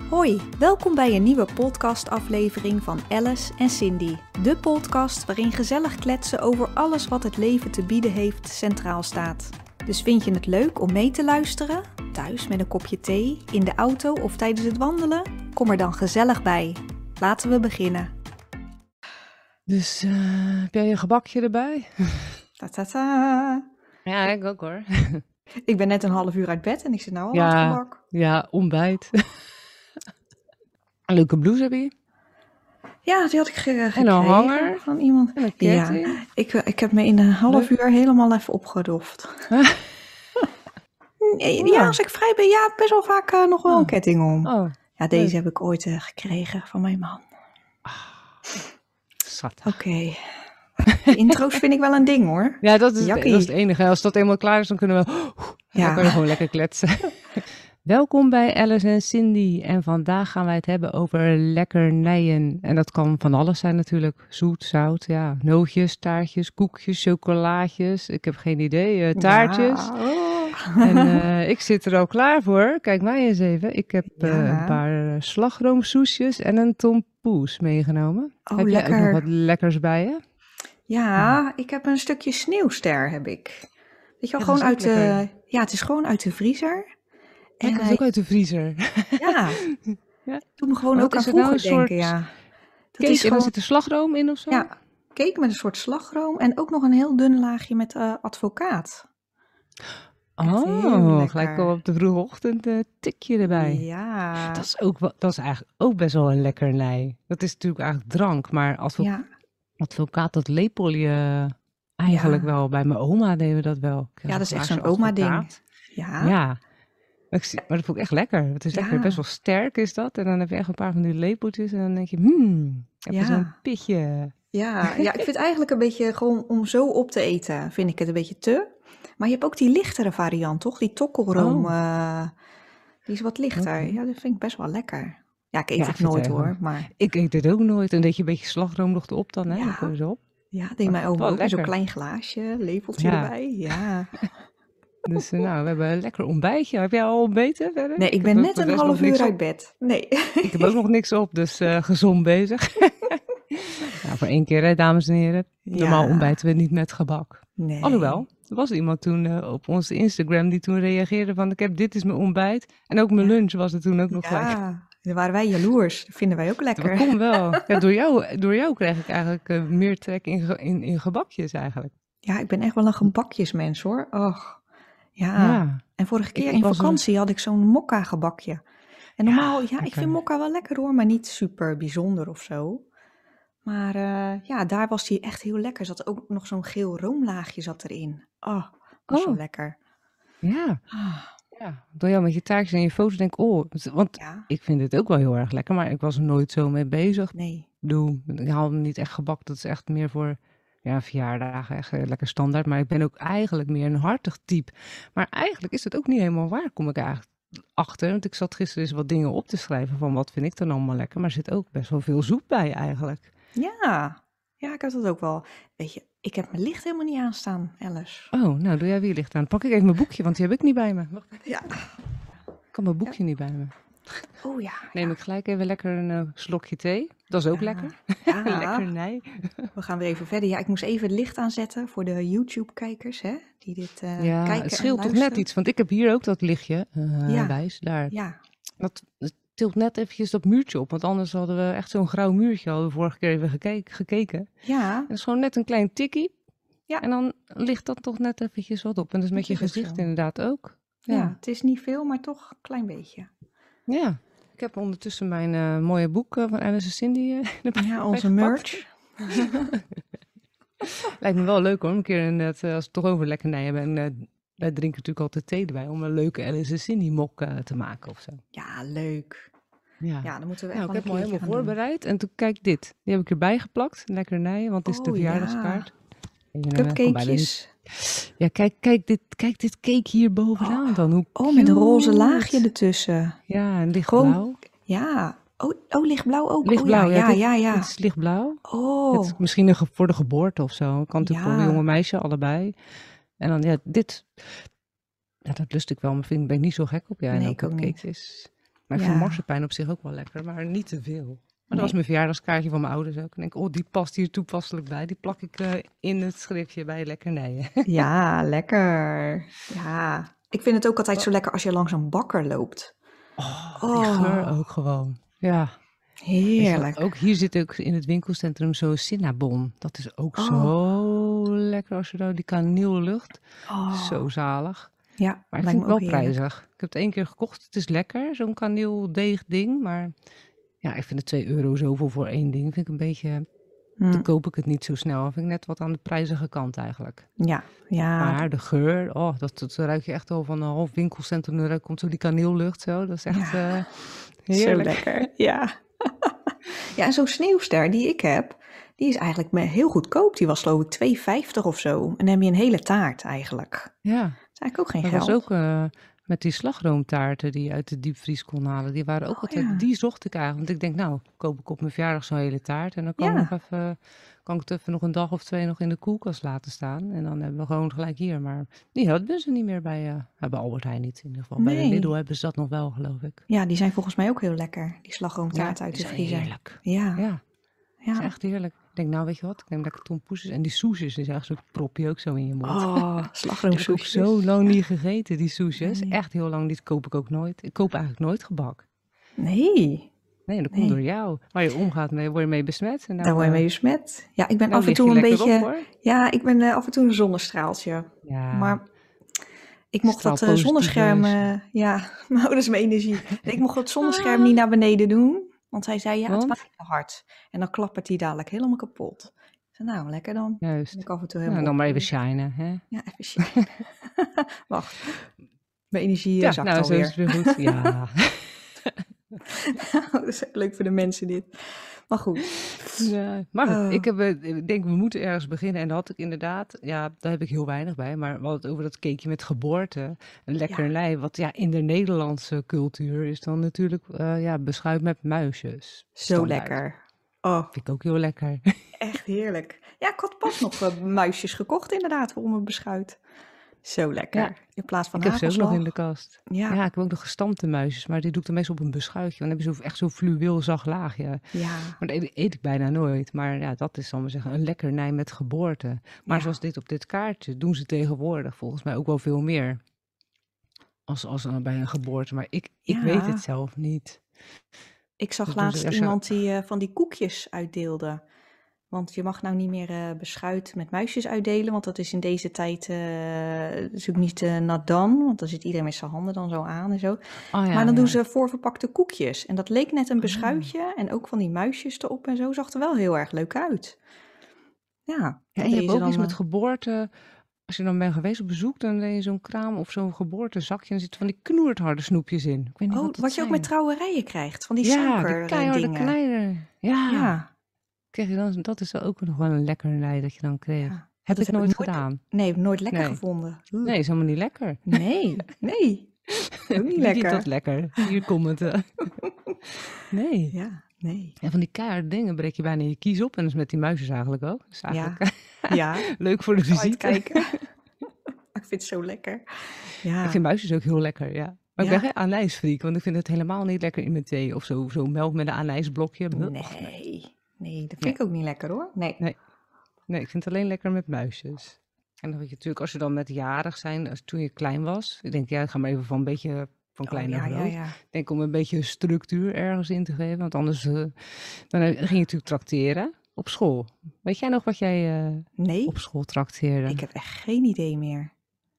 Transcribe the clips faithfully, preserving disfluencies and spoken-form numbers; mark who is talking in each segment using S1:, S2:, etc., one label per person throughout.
S1: Hoi, welkom bij een nieuwe podcastaflevering van Alice en Cindy. De podcast waarin gezellig kletsen over alles wat het leven te bieden heeft centraal staat. Dus vind je het leuk om mee te luisteren? Thuis met een kopje thee, in de auto of tijdens het wandelen? Kom er dan gezellig bij. Laten we beginnen.
S2: Dus uh, heb jij je gebakje erbij?
S1: Ta ta ta.
S2: Ja, ik ook hoor.
S1: Ik ben net een half uur uit bed en ik zit nou al
S2: ja,
S1: aan het gebak.
S2: Ja, ontbijt. Een leuke blouse heb je?
S1: Ja, die had ik ge- gekregen
S2: en een hanger
S1: van iemand.
S2: En een ketting.
S1: Ja, ik, ik heb me in een half uur helemaal even opgedoft. nee, ja, als ik vrij ben, ja, best wel vaak uh, nog wel
S2: oh.
S1: een ketting om.
S2: Oh,
S1: ja, deze
S2: leuk.
S1: heb ik ooit uh, gekregen van mijn man.
S2: Ah, schattig.
S1: Oké. Okay. Intro's vind ik wel een ding hoor.
S2: Ja, dat is, het, dat is het enige. Als dat eenmaal klaar is, dan kunnen we, ja. dan kunnen we gewoon lekker kletsen. Welkom bij Alice en Cindy en vandaag gaan wij het hebben over lekkernijen. En dat kan van alles zijn natuurlijk. Zoet, zout, ja, nootjes, taartjes, koekjes, chocolaatjes. Ik heb geen idee, uh, taartjes.
S1: Ja. Oh.
S2: En uh, ik zit er al klaar voor. Kijk mij eens even. Ik heb uh,
S1: ja.
S2: een paar uh, slagroomsoesjes en een tompoes meegenomen.
S1: Oh,
S2: heb jij
S1: lekker.
S2: ook nog wat lekkers bij je?
S1: Ja, oh. ik heb een stukje sneeuwster heb ik. Weet je wel, ja, gewoon uit lekker. de... Ja, het is gewoon uit de vriezer.
S2: En dat is ook uit de vriezer.
S1: Ja, ja. Doe me gewoon Wat ook aan vroeger nou denken, ja. Dat
S2: cake, is gewoon... En er zit er slagroom in of zo?
S1: Ja, cake met een soort slagroom en ook nog een heel dun laagje met uh, advocaat.
S2: Oh, gelijk al op de vroege ochtend een uh, tikje erbij.
S1: Ja.
S2: Dat is, ook wel, dat is eigenlijk ook best wel een lekkernij. Dat is natuurlijk eigenlijk drank, maar advo- ja. advocaat, dat lepel je eigenlijk ja. wel. Bij mijn oma deden we dat wel.
S1: Ja, dat is echt zo'n oma-ding. Ja.
S2: Ja. Maar dat vond ik echt lekker. Het is ja. lekker, best wel sterk is dat. En dan heb je echt een paar van die lepeltjes. En dan denk je, hmm, heb je ja. zo'n pitje.
S1: Ja, ja, ik vind het eigenlijk een beetje gewoon om zo op te eten, vind ik het een beetje te. Maar je hebt ook die lichtere variant, toch? Die tokkelroom, oh. uh, die is wat lichter. Okay. Ja, dat vind ik best wel lekker. Ja, ik eet ja, het nooit het hoor. Maar...
S2: Ik eet het ook nooit. En dat je een beetje slagroom nog erop dan, hè? Ja. Dan kun je zo op.
S1: Ja, deed mij ook ook. Zo'n klein glaasje, lepeltje ja. erbij. Ja.
S2: Dus nou, we hebben een lekker ontbijtje. Heb jij al ontbeten verder?
S1: Nee, ik ben ik net een half uur uit bed. Nee.
S2: Ik heb ook nog niks op, dus uh, gezond bezig. Nou, voor één keer, hè, dames en heren. Normaal ja. ontbijten we niet met gebak.
S1: Nee.
S2: Alhoewel, er was iemand toen uh, op onze Instagram die toen reageerde van... ik heb dit is mijn ontbijt. En ook mijn ja. lunch was er toen ook nog
S1: ja.
S2: gelijk.
S1: Ja, dan waren wij jaloers. Dat vinden wij ook lekker.
S2: Dat komt wel. Ja, door, jou, door jou krijg ik eigenlijk uh, meer trek in, ge, in, in gebakjes eigenlijk.
S1: Ja, ik ben echt wel een gebakjesmens hoor. Och. Ja. ja, en vorige keer ik, in vakantie een... had ik zo'n mokka gebakje. En normaal, ja, ja ik vind mokka wel lekker hoor, maar niet super bijzonder of zo. Maar uh, ja, daar was die echt heel lekker. Zat ook nog zo'n geel roomlaagje zat erin. Oh, was oh. zo lekker.
S2: Ja. Ah. Ja, door jou met je taartjes en je foto's denk ik, oh, want ja. ik vind het ook wel heel erg lekker, maar ik was er nooit zo mee bezig.
S1: Nee.
S2: Doe, ik haal hem niet echt gebak, dat is echt meer voor... Ja, verjaardagen, echt lekker standaard. Maar ik ben ook eigenlijk meer een hartig type. Maar eigenlijk is het ook niet helemaal waar, kom ik eigenlijk achter. Want ik zat gisteren eens wat dingen op te schrijven van wat vind ik dan allemaal lekker. Maar er zit ook best wel veel zoet bij eigenlijk.
S1: Ja, ja, ik heb dat ook wel. Weet je, ik heb mijn licht helemaal niet aanstaan, Alice.
S2: Oh, nou doe jij weer licht aan. Pak ik even mijn boekje, want die heb ik niet bij me. Wacht.
S1: Ja.
S2: Ik kan mijn boekje ja. niet bij me.
S1: Oh ja.
S2: Neem
S1: ja.
S2: ik gelijk even lekker een uh, slokje thee. Dat is ook
S1: ja.
S2: lekker.
S1: Ja.
S2: Lekker, nee.
S1: We gaan weer even verder. Ja, ik moest even het licht aanzetten voor de YouTube-kijkers, hè, die dit uh,
S2: ja,
S1: kijken
S2: het scheelt
S1: en
S2: toch net iets, want ik heb hier ook dat lichtje uh,
S1: ja.
S2: wijs, daar.
S1: Ja.
S2: Dat, dat tilt net eventjes dat muurtje op, want anders hadden we echt zo'n grauw muurtje, hadden we vorige keer even gekeken. gekeken.
S1: Ja.
S2: En dat is gewoon net een klein tikkie.
S1: Ja.
S2: En dan ligt dat toch net eventjes wat op. En dat is met je gezicht zo. Inderdaad ook.
S1: Ja. ja, het is niet veel, maar toch een klein beetje.
S2: Ja. Ik heb ondertussen mijn uh, mooie boek uh, van Alice en Cindy. Uh,
S1: ja, onze merch.
S2: Lijkt me wel leuk hoor, om een keer inderdaad, uh, als we het toch over lekkernijen hebben. En uh, wij drinken natuurlijk altijd thee erbij om een leuke Alice en Cindy mok uh, te maken of zo.
S1: Ja, leuk.
S2: Ja,
S1: ja dan moeten we echt
S2: nou,
S1: wel
S2: ik heb me helemaal voorbereid.
S1: Doen.
S2: En toen kijk dit. Die heb ik erbij geplakt, lekkernijen, want het is
S1: oh,
S2: de verjaardagskaart.
S1: Ja. Cupcakejes.
S2: Ja, kijk, kijk, dit, kijk dit cake hier bovenaan
S1: oh.
S2: dan. Hoe
S1: oh, met een roze laagje ertussen.
S2: Ja, en lichtblauw.
S1: Ja, oh, oh lichtblauw ook.
S2: Lichtblauw,
S1: oh, ja, ja,
S2: dit,
S1: ja, ja.
S2: Het is lichtblauw.
S1: Oh.
S2: Het is misschien een ge- voor de geboorte of zo. Kan natuurlijk ja. voor een jonge meisje, allebei. En dan, ja, dit... Ja, dat lust ik wel, maar vind, ben ik niet zo gek op. Ja,
S1: nee,
S2: en
S1: ik ook niet.
S2: Is, Maar ik vind
S1: Ja.
S2: marsepein op zich ook wel lekker, maar niet te veel. Maar dat
S1: Nee.
S2: was mijn verjaardagskaartje van mijn ouders ook. En ik denk, oh, die past hier toepasselijk bij. Die plak ik uh, in het schriftje bij lekkernijen.
S1: Ja, lekker. Ja. Ik vind het ook altijd zo lekker als je langs een bakker loopt.
S2: Oh, die oh. geur ook gewoon. Ja.
S1: Heerlijk.
S2: Weet je, ook hier zit ook in het winkelcentrum zo'n cinnabon. Dat is ook oh. zo lekker als je daar die kaneellucht. Oh. Zo zalig.
S1: Ja,
S2: maar ik vind het wel prijzig. Ik heb het één keer gekocht. Het is lekker, zo'n kaneeldeeg ding. Maar ja, ik vind het twee euro zoveel voor één ding. Vind ik een beetje... Hmm. Dan koop ik het niet zo snel. Vind ik net wat aan de prijzige kant eigenlijk.
S1: Ja, ja.
S2: Maar de geur, oh, dat, dat ruik je echt al van een half winkelcentrum. Dan komt zo die kaneellucht zo. Dat is echt ja. uh, heerlijk.
S1: Zo lekker, ja. Ja, en zo'n sneeuwster die ik heb, die is eigenlijk heel goedkoop. Die was geloof ik twee vijftig of zo. En dan heb je een hele taart eigenlijk.
S2: Ja.
S1: Dat is eigenlijk ook geen
S2: dat
S1: geld.
S2: Dat was ook uh, met die slagroomtaarten die je uit de diepvries kon halen. Die waren ook
S1: oh,
S2: altijd,
S1: ja.
S2: die zocht ik eigenlijk. Want ik denk, nou, koop ik op mijn verjaardag zo'n hele taart. En dan kan,
S1: ja.
S2: ik nog even, kan ik het even nog een dag of twee nog in de koelkast laten staan. En dan hebben we gewoon gelijk hier. Maar die hadden ze niet meer bij, uh, bij Albert Heijn niet in ieder geval.
S1: Nee.
S2: Bij de Lidl hebben ze dat nog wel, geloof ik.
S1: Ja, die zijn volgens mij ook heel lekker. Die slagroomtaart
S2: ja,
S1: uit de vriezer.
S2: Heerlijk.
S1: Ja,
S2: ja.
S1: Ja.
S2: Dat is echt heerlijk. Ik denk, nou weet je wat, ik neem lekker tompoesjes. En die soesjes, die zijn zo'n propje ook zo in je mond.
S1: Oh, slagroomsoesjes.
S2: Ik heb ook zo lang niet gegeten, die soesjes. Nee. Echt heel lang, die koop ik ook nooit. Ik koop eigenlijk nooit gebak.
S1: Nee.
S2: Nee, dat komt nee. door jou. Waar je omgaat, mee, word je mee besmet. En nou,
S1: Daar word je mee besmet. Ja, ik ben
S2: nou
S1: af en toe een beetje...
S2: Op,
S1: ja, ik ben uh, af en toe een zonnestraaltje.
S2: Ja.
S1: Maar... Ik mocht dat uh, zonnescherm... Uh, ja, nou, dat is mijn energie. Ik mocht dat zonnescherm ah. niet naar beneden doen. Want hij zei, ja,
S2: Want?
S1: het waait te hard. En dan klappert hij dadelijk helemaal kapot. Ik zei, nou, lekker dan.
S2: Juist.
S1: En ik af en toe helemaal
S2: nou, dan maar even shinen, hè?
S1: Ja, even shinen. Wacht. Mijn energie
S2: ja,
S1: zakt
S2: nou,
S1: alweer.
S2: Zo is het weer goed. Ja.
S1: Nou, dat is leuk voor de mensen dit. Maar goed.
S2: Ja, maar oh. ik, heb, ik denk, we moeten ergens beginnen. En dat had ik inderdaad, ja, daar heb ik heel weinig bij. Maar we hadden het over dat cakeje met geboorte. Een lekkernij, ja. Wat ja, in de Nederlandse cultuur is dan natuurlijk uh, ja, beschuit met muisjes.
S1: Zo
S2: standaard.
S1: lekker. Oh.
S2: Vind ik ook heel lekker.
S1: Echt heerlijk. Ja, ik had pas nog uh, muisjes gekocht inderdaad voor mijn beschuit. Zo lekker. Ja. In plaats van
S2: ik heb ze ook nog in de kast.
S1: Ja.
S2: ja, ik heb ook nog gestampte muisjes, maar die doe ik dan meestal op een beschuitje. Dan heb je zo, echt zo'n fluweel zacht laagje.
S1: Ja.
S2: Maar dat eet ik bijna nooit. Maar ja, dat is dan maar zeggen een lekkernij met geboorte. Maar ja. zoals dit op dit kaartje doen ze tegenwoordig volgens mij ook wel veel meer. Als, als bij een geboorte. Maar ik, ik ja. weet het zelf niet.
S1: Ik zag dus laatst je... iemand die uh, van die koekjes uitdeelde. Want je mag nou niet meer uh, beschuit met muisjes uitdelen, want dat is in deze tijd uh, dus ook niet uh, nat dan, want dan zit iedereen met zijn handen dan zo aan en zo. Oh, ja, maar dan ja. doen ze voorverpakte koekjes en dat leek net een beschuitje oh. en ook van die muisjes erop en zo, zag er wel heel erg leuk uit. Ja,
S2: ja en je hebt ook dan, iets met geboorte. Als je dan bent geweest op bezoek, dan ben je zo'n kraam of zo'n geboortezakje en er zitten van die knoertharde snoepjes in. Ik weet niet
S1: oh,
S2: wat,
S1: wat je
S2: zijn.
S1: ook met trouwerijen krijgt, van die
S2: ja,
S1: suiker
S2: die keiharde
S1: dingen.
S2: kleine. Ja.
S1: ja.
S2: Krijg je dan, dat is ook nog wel een lekkernij dat je dan kreeg. Ja, heb ik
S1: heb
S2: nooit
S1: ik
S2: gedaan.
S1: Nooit, nee, nooit lekker
S2: nee.
S1: gevonden.
S2: Oeh. Nee, is helemaal niet lekker.
S1: Nee, nee. Ook niet lekker.
S2: Niet dat lekker. Hier komt het. Nee.
S1: Ja, nee.
S2: En van die keiharde dingen breek je bijna je kies op. En dat is met die muisjes eigenlijk ook. Dus eigenlijk
S1: ja. ja.
S2: leuk voor de visite.
S1: Kijken. Ik vind het zo lekker. Ja.
S2: Ik vind muisjes ook heel lekker, ja. Maar ja. ik ben geen anijsfreak, want ik vind het helemaal niet lekker in mijn thee. Of zo, zo melk met een anijsblokje.
S1: Nee, nee, dat vind nee. ik ook niet lekker hoor. Nee.
S2: nee. Nee, ik vind het alleen lekker met muisjes. En dan weet je natuurlijk, als je dan met jarig zijn, als toen je klein was. Ik denk, ja, ik ga maar even van een beetje van klein
S1: oh,
S2: naar
S1: ja,
S2: groot.
S1: Ja, ja.
S2: Ik denk om een beetje structuur ergens in te geven. Want anders uh, dan ging je natuurlijk trakteren op school. Weet jij nog wat jij uh,
S1: nee.
S2: op school trakteerde?
S1: Ik heb echt geen idee meer.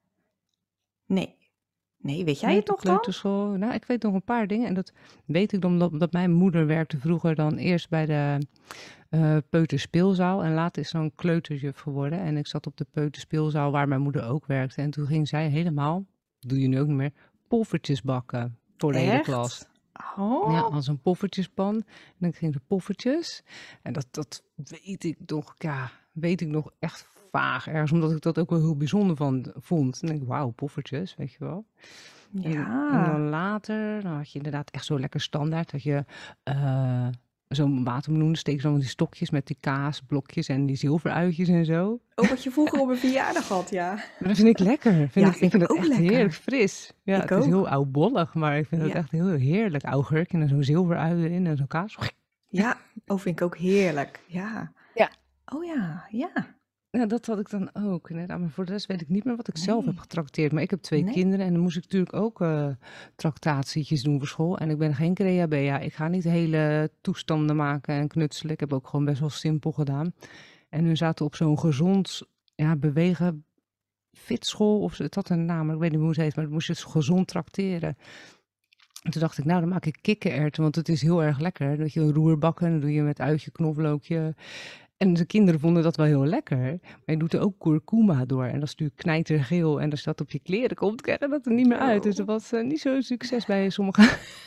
S1: Nee. Nee, weet jij
S2: nee,
S1: het nog dan?
S2: Nou, ik weet nog een paar dingen. En dat weet ik dan omdat mijn moeder werkte vroeger dan eerst bij de uh, peuterspeelzaal. En later is zo'n kleuterjuf geworden. En ik zat op de peuterspeelzaal waar mijn moeder ook werkte. En toen ging zij helemaal, dat doe je nu ook niet meer, poffertjes bakken voor de
S1: Echt?
S2: hele klas.
S1: Oh.
S2: Ja, als een poffertjespan. En dan gingen de poffertjes. En dat, dat weet ik nog, ja, weet ik nog echt vaag ergens, omdat ik dat ook wel heel bijzonder van vond. En denk ik, wauw, poffertjes, weet je wel.
S1: Ja.
S2: En, en dan later, dan had je inderdaad echt zo lekker standaard, dat je uh, zo'n watermeloen, steken ze dan van die stokjes met die kaasblokjes en die zilveruitjes en zo.
S1: Oh, wat je vroeger op een verjaardag had, ja.
S2: Maar dat vind ik lekker. Vind
S1: Ja,
S2: ik,
S1: vind
S2: ik vind
S1: ik
S2: het
S1: ook
S2: echt
S1: lekker.
S2: heerlijk fris. Ja,
S1: Ik
S2: het is
S1: ook.
S2: heel oudbollig, maar ik vind het
S1: Ja.
S2: echt heel heerlijk. Augurk en dan zo'n zilverui erin en zo'n kaas.
S1: Ja, oh, vind ik ook heerlijk. Ja.
S2: Ja.
S1: Oh ja, ja.
S2: Ja, dat had ik dan ook. Inderdaad. Maar voor de rest weet ik niet meer wat ik zelf heb
S1: Nee.
S2: getrakteerd. Maar ik heb twee
S1: Nee.
S2: kinderen en dan moest ik natuurlijk ook eh tractaatjes doen voor school. En ik ben geen creabea. Ik ga niet hele toestanden maken en knutselen. Ik heb ook gewoon best wel simpel gedaan. En hun zaten op zo'n gezond, ja, bewegen fitschool. Of zo. Het had een naam, maar ik weet niet hoe het heet. Maar dan moest je het gezond trakteren. En toen dacht ik, nou dan maak ik kikkererwten, want het is heel erg lekker. Dat je een roerbakken, dan doe je met uitje, knoflookje. En de kinderen vonden dat wel heel lekker. Maar je doet er ook kurkuma door. En dat is natuurlijk knijtergeel. En als dat op je kleren komt, krijg je dat er niet meer uit. Dus dat was uh, niet zo'n succes bij sommigen.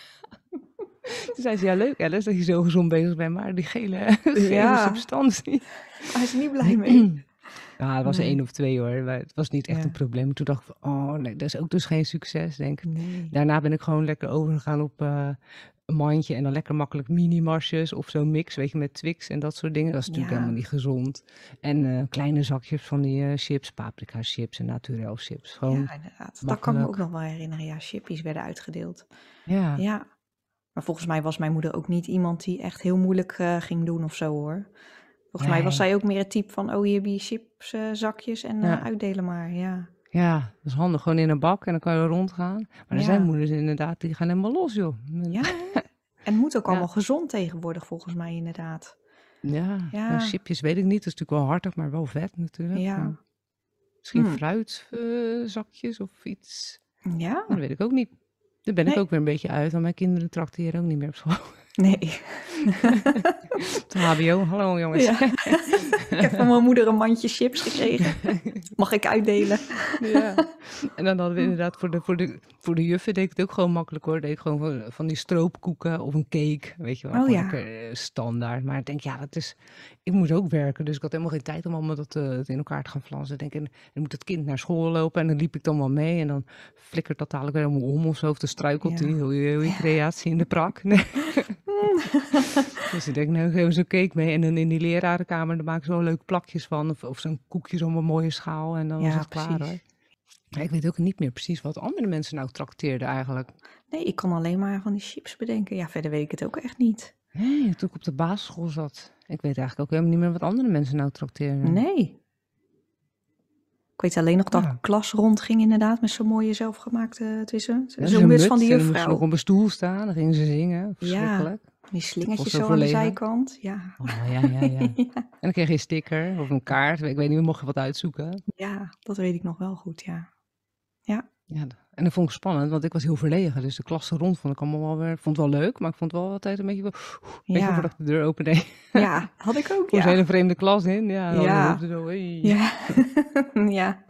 S2: Toen zei ze, ja leuk Alice, dat je zo gezond bezig bent. Maar die gele, gele
S1: Ja.
S2: substantie.
S1: Hij is er niet blij mee.
S2: Ja, het was
S1: Nee.
S2: één of twee hoor. Maar het was niet echt
S1: Ja.
S2: een probleem. Toen dacht ik van, oh nee, dat is ook dus geen succes, denk ik.
S1: Nee.
S2: Daarna ben ik gewoon lekker overgegaan op uh, een mandje en dan lekker makkelijk mini-marsjes of zo'n mix, weet je, met Twix en dat soort dingen. Dat is natuurlijk
S1: Ja.
S2: helemaal niet gezond. En uh, kleine zakjes van die uh, chips, paprika chips en naturel chips. Gewoon,
S1: Ja, inderdaad. Dat kan me ook
S2: makkelijk.
S1: nog wel herinneren. Ja, chippies werden uitgedeeld.
S2: ja,
S1: Ja. Maar volgens mij was mijn moeder ook niet iemand die echt heel moeilijk eh, ging doen of zo hoor. Volgens mij was
S2: nee,
S1: zij ook meer het type van, oh hier heb je chips, eh, zakjes en eh,
S2: ja,
S1: uitdelen maar. Ja.
S2: ja, dat is handig. Gewoon in een bak en dan kan je rondgaan. Maar er zijn
S1: Ja.
S2: moeders inderdaad, die gaan helemaal los, joh.
S1: Ja. En het moet ook allemaal
S2: Ja,
S1: gezond tegenwoordig volgens mij inderdaad.
S2: ja, nou,
S1: Ja.
S2: chipjes weet ik niet. Dat is natuurlijk wel hartig, maar wel vet natuurlijk.
S1: Ja.
S2: Maar misschien
S1: Hm.
S2: fruitzakjes of iets.
S1: Ja.
S2: Dat weet ik ook niet. Daar ben ik
S1: Nee.
S2: ook weer een beetje uit, want mijn kinderen trakteren ook niet meer op school.
S1: Nee.
S2: Het H B O, hallo jongens.
S1: Ja. Ik heb van mijn moeder een mandje chips gekregen. Mag ik uitdelen?
S2: Ja. En dan hadden we inderdaad voor de, voor, de, voor de juffen deed ik het ook gewoon makkelijk hoor. Deed ik gewoon van, van die stroopkoeken of een cake, weet je wel.
S1: Oh
S2: Gewoon
S1: ja.
S2: lekker eh, standaard. Maar ik denk, ja, dat is... Ik moet ook werken, dus ik had helemaal geen tijd om allemaal dat eh, in elkaar te gaan flansen. Ik denk, en dan moet het kind naar school lopen en dan liep ik dan wel mee. En dan flikkert dat dadelijk weer helemaal om of zo. Of dan struikelt
S1: Ja.
S2: die heel, je- heel je creatie in de prak. Nee. Dus ik denk, nou geven we zo'n cake mee. En dan in die lerarenkamer, dan maken ze wel leuke plakjes van. Of, of zo'n koekje, zo'n mooie schaal. En dan was
S1: Ja,
S2: het klaar hoor.
S1: precies.
S2: Maar ik weet ook niet meer precies wat andere mensen nou trakteerden eigenlijk.
S1: Nee, ik kan alleen maar van die chips bedenken. Ja, verder weet ik het ook echt niet.
S2: Nee, toen ik op de basisschool zat. Ik weet eigenlijk ook helemaal niet meer wat andere mensen nou trakteerden.
S1: Nee. Ik weet alleen nog dat
S2: Ja.
S1: klas rondging inderdaad met zo'n mooie zelfgemaakte tussen.
S2: Ja,
S1: Zo'n muts van die
S2: en dan moest ze nog
S1: juffrouw.
S2: op een stoel staan. Dan gingen ze zingen.
S1: Ja,
S2: Verschrikkelijk.
S1: die
S2: Dat
S1: slingertjes
S2: was zo
S1: zo aan de
S2: verlegen.
S1: zijkant. Ja.
S2: Oh, ja, ja, ja. En
S1: Ja.
S2: dan kreeg je een sticker of een kaart. Ik weet niet, mocht je wat uitzoeken.
S1: Ja, dat weet ik nog wel goed, ja. Ja.
S2: Ja, d- en dat vond ik spannend, want ik was heel verlegen. Dus de klas er rond vond ik allemaal wel weer... Vond het wel leuk, maar ik vond het wel altijd een beetje... wel- Weet je, voordat
S1: Ja.
S2: ik de deur opende.
S1: Ja, had ik ook,
S2: Voor zo'n
S1: ja.
S2: hele vreemde klas in. Ja, dan
S1: Ja.
S2: hoefde zo... Hey.
S1: Ja. Ja.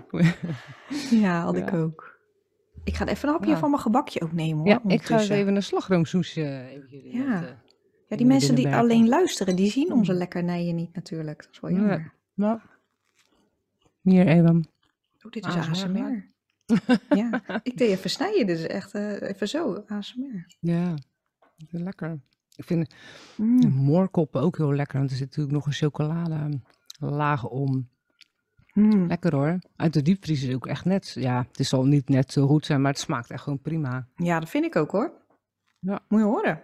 S1: Ja, had ik
S2: Ja.
S1: ook. Ik ga even een hapje
S2: Ja.
S1: van mijn gebakje ook nemen hoor,
S2: Ja, ik ga eens
S1: ondertussen.
S2: even een slagroomsoes eh even jullie
S1: Ja.
S2: laten
S1: Ja, die
S2: jullie
S1: mensen die
S2: binnenwerken.
S1: alleen luisteren, die zien onze
S2: Hmm.
S1: lekkernijen niet natuurlijk. Dat is wel
S2: Ja,
S1: jammer.
S2: nou, hier even
S1: Oh, dit is
S2: A S M R
S1: A S M
S2: gelijk.
S1: R. Ja, ik deed even snijden, dus echt eh, even zo, A S M R.
S2: Ja, lekker. Ik vind de
S1: Mm.
S2: moorkoppen ook heel lekker, want er zit natuurlijk nog een chocolade laag om.
S1: Mm.
S2: Lekker hoor. Uit de diepvries is ook echt net, ja, het zal niet net zo goed zijn, maar het smaakt echt gewoon prima.
S1: Ja, dat vind ik ook hoor.
S2: Ja.
S1: Moet je horen.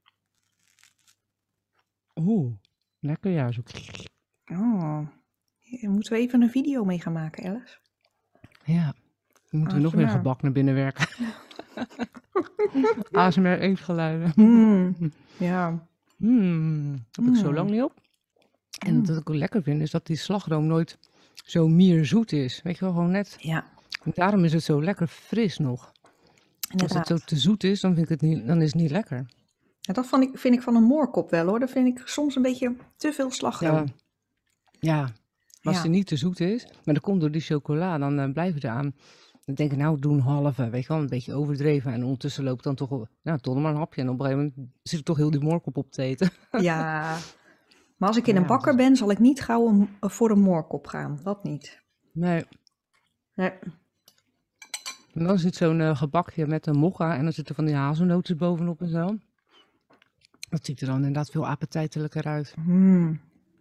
S2: Oeh, lekker ja. Zo.
S1: Oh, hier moeten we even een video mee gaan maken, Alice.
S2: Ja, dan moeten we nog weer
S1: A S M R.
S2: gebak naar binnen werken. A S M R eetgeluiden.
S1: Mm. Ja.
S2: Hmm, heb ik zo
S1: Mm.
S2: lang niet op. En
S1: Mm.
S2: wat ik ook lekker vind, is dat die slagroom nooit zo mierzoet is. Weet je wel, gewoon net.
S1: Ja,
S2: En daarom is het zo lekker fris nog. Als het
S1: inderdaad.
S2: zo te zoet is, dan, vind ik het niet, dan is het niet lekker.
S1: Ja, dat vond ik, vind ik van een moorkop wel hoor. Dat vind ik soms een beetje te veel
S2: Ja,
S1: slagroom.
S2: ja. Maar als
S1: Ja.
S2: het niet te zoet is, maar dat komt door die chocola, dan eh, blijven ze aan. Dan denk ik, nou, doe een halve, weet je wel, een beetje overdreven. En ondertussen loopt dan toch, wel- ja, toch nog maar een hapje. En op een gegeven moment zit ik toch heel die moorkop op te eten.
S1: Ja, maar als ik in
S2: Maar
S1: een
S2: ja,
S1: bakker
S2: dus,
S1: ben, zal ik niet gauw een, voor een moorkop gaan. Dat niet.
S2: nee.
S1: Nee.
S2: En dan zit zo'n eh, gebakje met een mocha en dan zitten van die hazelnootjes bovenop en zo. Dat ziet er dan inderdaad veel appetijtelijker uit.
S1: Mm.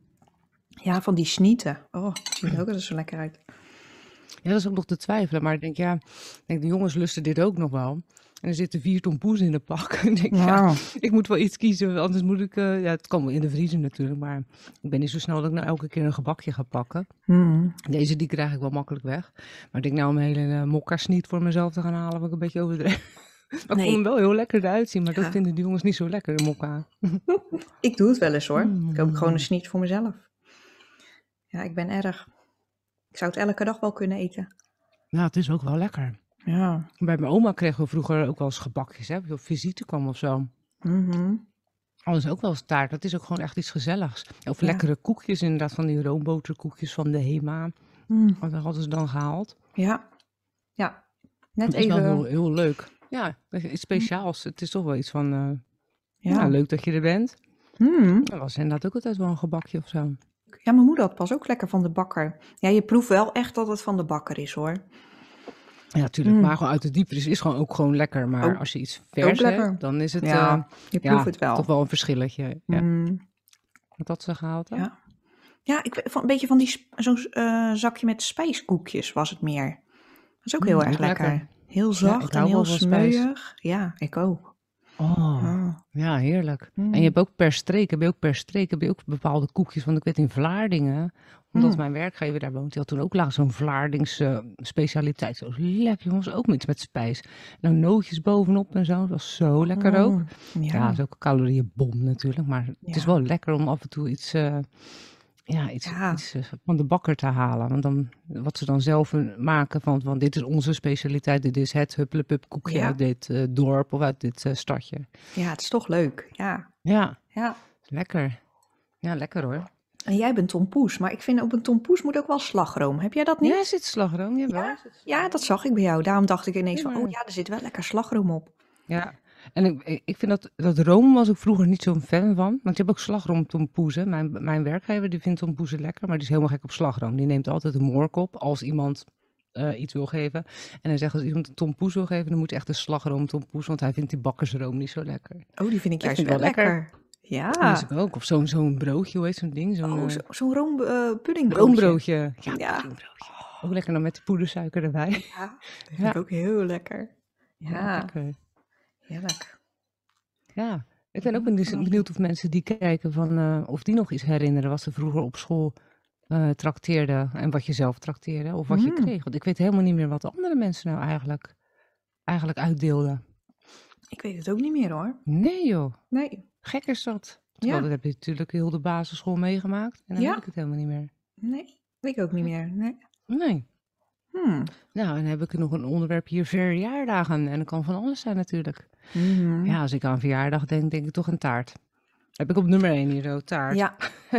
S1: Ja, van die snieten. Oh, dat ziet er ook altijd zo lekker uit.
S2: Ja, dat is ook nog te twijfelen. Maar ik denk, ja, ik denk, de jongens lusten dit ook nog wel. En er zitten vier tompoes in de pak. Ik denk, ja,
S1: Wow.
S2: ik moet wel iets kiezen, anders moet ik... Uh, ja, het kan wel in de vriezer natuurlijk, maar ik ben niet zo snel dat ik nou elke keer een gebakje ga pakken.
S1: Mm.
S2: Deze, die krijg ik wel makkelijk weg. Maar ik denk nou om een hele uh, mokka-sniet voor mezelf te gaan halen, heb ik een beetje overdreven. Maar
S1: Nee.
S2: ik vond hem wel heel lekker eruit zien, maar
S1: Ja.
S2: dat vinden die jongens niet zo lekker, de mokka.
S1: Ik doe het wel eens hoor.
S2: Mm.
S1: Ik koop gewoon een sniet voor mezelf. Ja, ik ben erg. Ik zou het elke dag wel kunnen eten.
S2: Ja, het is ook wel lekker.
S1: Ja.
S2: Bij mijn oma kregen we vroeger ook wel eens gebakjes, hè, als je op visite kwam of zo.
S1: Mm-hmm.
S2: Alles ook wel eens taart. Dat is ook gewoon echt iets gezelligs. Of
S1: Ja.
S2: lekkere koekjes, inderdaad, van die roomboterkoekjes van de Hema.
S1: Mm.
S2: Dat hadden ze dan gehaald.
S1: Ja. Ja. Net
S2: Dat is
S1: even.
S2: wel heel, heel leuk. Ja, iets speciaals. Het is toch wel iets van, uh,
S1: Ja.
S2: ja, leuk dat je er bent.
S1: Mm.
S2: Dat was inderdaad ook altijd wel een gebakje of zo.
S1: Ja, mijn moeder had pas ook lekker van de bakker. Ja, je proeft wel echt dat het van de bakker is hoor.
S2: Ja, natuurlijk.
S1: Mm.
S2: Maar gewoon uit de diepvries is gewoon ook gewoon lekker. Maar
S1: Ook-
S2: als je iets vers
S1: lekker.
S2: hebt, dan is het
S1: Ja,
S2: uh,
S1: je proeft
S2: ja,
S1: het wel.
S2: toch wel een verschilletje. Ja.
S1: Mm.
S2: Wat had ze gehaald dan?
S1: Ja. Ja, ik weet- van, een beetje van die sp- zo'n eh, zakje met spijskoekjes was het meer. Dat is ook heel
S2: Mm,
S1: erg
S2: ook
S1: lekker.
S2: lekker.
S1: Heel
S2: ik
S1: zacht en
S2: hou
S1: heel
S2: wel van spijs.
S1: smeuig. Ja, ik ook.
S2: Oh,
S1: Ah.
S2: ja, heerlijk.
S1: Mm.
S2: En je hebt ook per streek, heb je ook per streek, heb je ook bepaalde koekjes. Want ik weet in Vlaardingen, omdat
S1: Mm.
S2: mijn werkgever daar woont, die had toen ook laatst zo'n Vlaardingse specialiteit. Zo lekker, jongens, ook iets met spijs. En dan nootjes bovenop en zo, dat was zo lekker ook.
S1: Mm.
S2: Ja,
S1: Ja.
S2: dat is ook een calorieënbom natuurlijk, maar het is
S1: Ja.
S2: wel lekker om af en toe iets, uh, ja, iets,
S1: Ja.
S2: iets uh, van de bakker te halen. Want dan, wat ze dan zelf uh, maken van, van dit is onze specialiteit, dit is het huppelepup koekje
S1: Ja.
S2: uit dit uh, dorp of uit dit uh, stadje.
S1: Ja, het is toch leuk. Ja.
S2: Ja,
S1: Ja.
S2: lekker. Ja, lekker hoor.
S1: En jij bent tompoes, maar ik vind op een tompoes moet ook wel slagroom. Heb jij dat niet?
S2: Ja, er zit slagroom, jawel.
S1: Ja, ja, dat zag ik bij jou. Daarom dacht ik ineens
S2: Ja,
S1: van,
S2: maar-
S1: oh ja, er zit wel lekker slagroom op.
S2: Ja, en ik, ik vind dat, dat room was ik vroeger niet zo'n fan van. Want je hebt ook slagroom tompoezen. Mijn, mijn werkgever die vindt tompoezen lekker, maar die is helemaal gek op slagroom. Die neemt altijd een moorkop als iemand uh, iets wil geven. En hij zegt als iemand een tompoes wil geven, dan moet echt een slagroom tompoes, want hij vindt die bakkersroom niet zo lekker.
S1: Oh, die vind ik
S2: Dat
S1: juist
S2: vind
S1: wel
S2: ik wel
S1: lekker. Ja.
S2: Dat is ik ook. Of zo'n zo'n broodje, hoe heet zo'n ding? Zo'n
S1: Oh,
S2: uh,
S1: zo- zo'n room uh, puddingbroodje.
S2: roombroodje. Ja,
S1: Ja.
S2: puddingbroodje. Ook lekker dan met de poedersuiker erbij.
S1: Ja, dat vind
S2: Ja.
S1: ik ook heel lekker. Ja,
S2: lekker.
S1: heerlijk.
S2: Ja, ik ben ook benieuwd, benieuwd of mensen die kijken van uh, of die nog iets herinneren wat ze vroeger op school uh, trakteerden en wat je zelf trakteerde of wat
S1: Mm.
S2: je kreeg. Want ik weet helemaal niet meer wat andere mensen nou eigenlijk, eigenlijk uitdeelden.
S1: Ik weet het ook niet meer hoor.
S2: Nee joh,
S1: Nee.
S2: gek is dat. Terwijl
S1: Ja.
S2: dat heb je natuurlijk heel de basisschool meegemaakt en dan
S1: Ja.
S2: weet ik het helemaal niet meer.
S1: Nee, ik ook niet meer. Nee.
S2: Nee.
S1: Hmm.
S2: Nou, en dan heb ik nog een onderwerp hier, verjaardagen. En dat kan van alles zijn natuurlijk.
S1: Mhm.
S2: Ja, als ik aan verjaardag denk, denk ik toch een taart. Heb ik op nummer één hier zo, taart.
S1: Ja,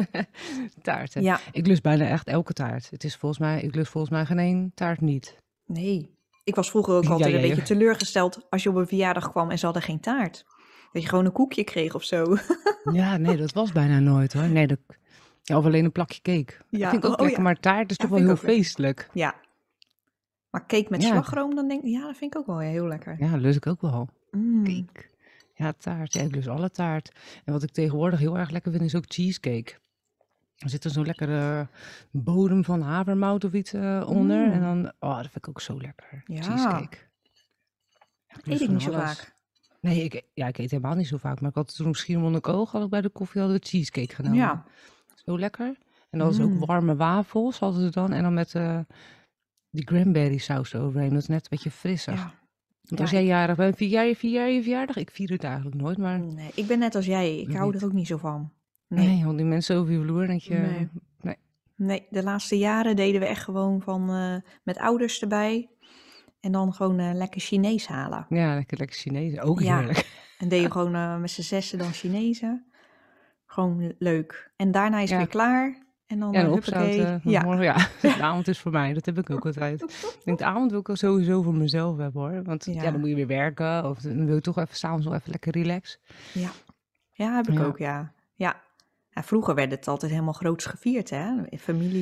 S2: Taarten.
S1: ja.
S2: Ik lust bijna echt elke taart. Het is volgens mij, ik lust volgens mij geen één taart niet.
S1: Nee. Ik was vroeger ook
S2: Ja,
S1: altijd
S2: ja,
S1: een
S2: ja.
S1: beetje teleurgesteld als je op een verjaardag kwam en ze hadden geen taart. Dat je gewoon een koekje kreeg of zo.
S2: Ja, nee, dat was bijna nooit hoor. Nee, dat, ja, of alleen een plakje cake.
S1: Ja,
S2: Dat vind ik ook
S1: oh,
S2: lekker,
S1: ja.
S2: maar taart is
S1: Ja,
S2: toch wel
S1: vind
S2: heel
S1: ik ook lekker.
S2: feestelijk.
S1: Ja. Maar cake met
S2: Ja.
S1: slagroom, dan denk ik, ja, dat vind ik ook wel heel lekker.
S2: Ja, lust ik ook wel.
S1: Mm.
S2: Cake. Ja, taart. Ja, ik lust alle taart. En wat ik tegenwoordig heel erg lekker vind, is ook cheesecake. Er zit er zo'n lekkere bodem van havermout of iets uh, onder.
S1: Mm.
S2: En dan, oh, dat vind ik ook zo lekker.
S1: Ja.
S2: Cheesecake. Ja,
S1: Eet
S2: lust
S1: ik
S2: van
S1: niet zo
S2: alles.
S1: vaak.
S2: Nee, ik, ja, ik eet helemaal niet zo vaak. Maar ik had toen op Schiermonnikoog, had ik bij de koffie hadden we cheesecake genomen.
S1: Ja.
S2: Zo lekker. En dan was
S1: Mm.
S2: ook warme wafels, hadden ze dan. En dan met uh, die cranberry saus eroverheen. Dat is net een beetje frissig.
S1: Ja.
S2: Want
S1: Ja,
S2: als jij jarig bent, vier jaar, vier jaar je verjaardag? Ik vier het eigenlijk nooit, maar...
S1: Nee, ik ben net als jij. Ik
S2: Doe
S1: hou
S2: niet.
S1: er ook niet zo van.
S2: Nee,
S1: Nee.
S2: want die mensen over je vloer, denk je...
S1: Nee.
S2: Nee.
S1: Nee, de laatste jaren deden we echt gewoon van eh, met ouders erbij. En dan gewoon eh, lekker Chinees halen.
S2: Ja, lekker, lekker Chinees. Ook
S1: Ja.
S2: heerlijk.
S1: En deden we gewoon eh, met z'n zessen dan Chinezen. Gewoon leuk. En daarna is het
S2: Ja.
S1: weer klaar. En dan
S2: Ja,
S1: eh,
S2: en
S1: huppakee.
S2: opzouten.
S1: Ja.
S2: Morgen, ja, de avond is voor mij. Dat heb ik ook altijd. Ik denk, de avond wil ik al sowieso voor mezelf hebben, hoor. Want ja.
S1: Ja.
S2: dan moet je weer werken. Of dan wil je toch even s'avonds nog even lekker relax.
S1: Ja. Ja, heb ik
S2: Ja.
S1: ook, ja. Ja. Ja, vroeger werd het altijd helemaal groots gevierd, hè?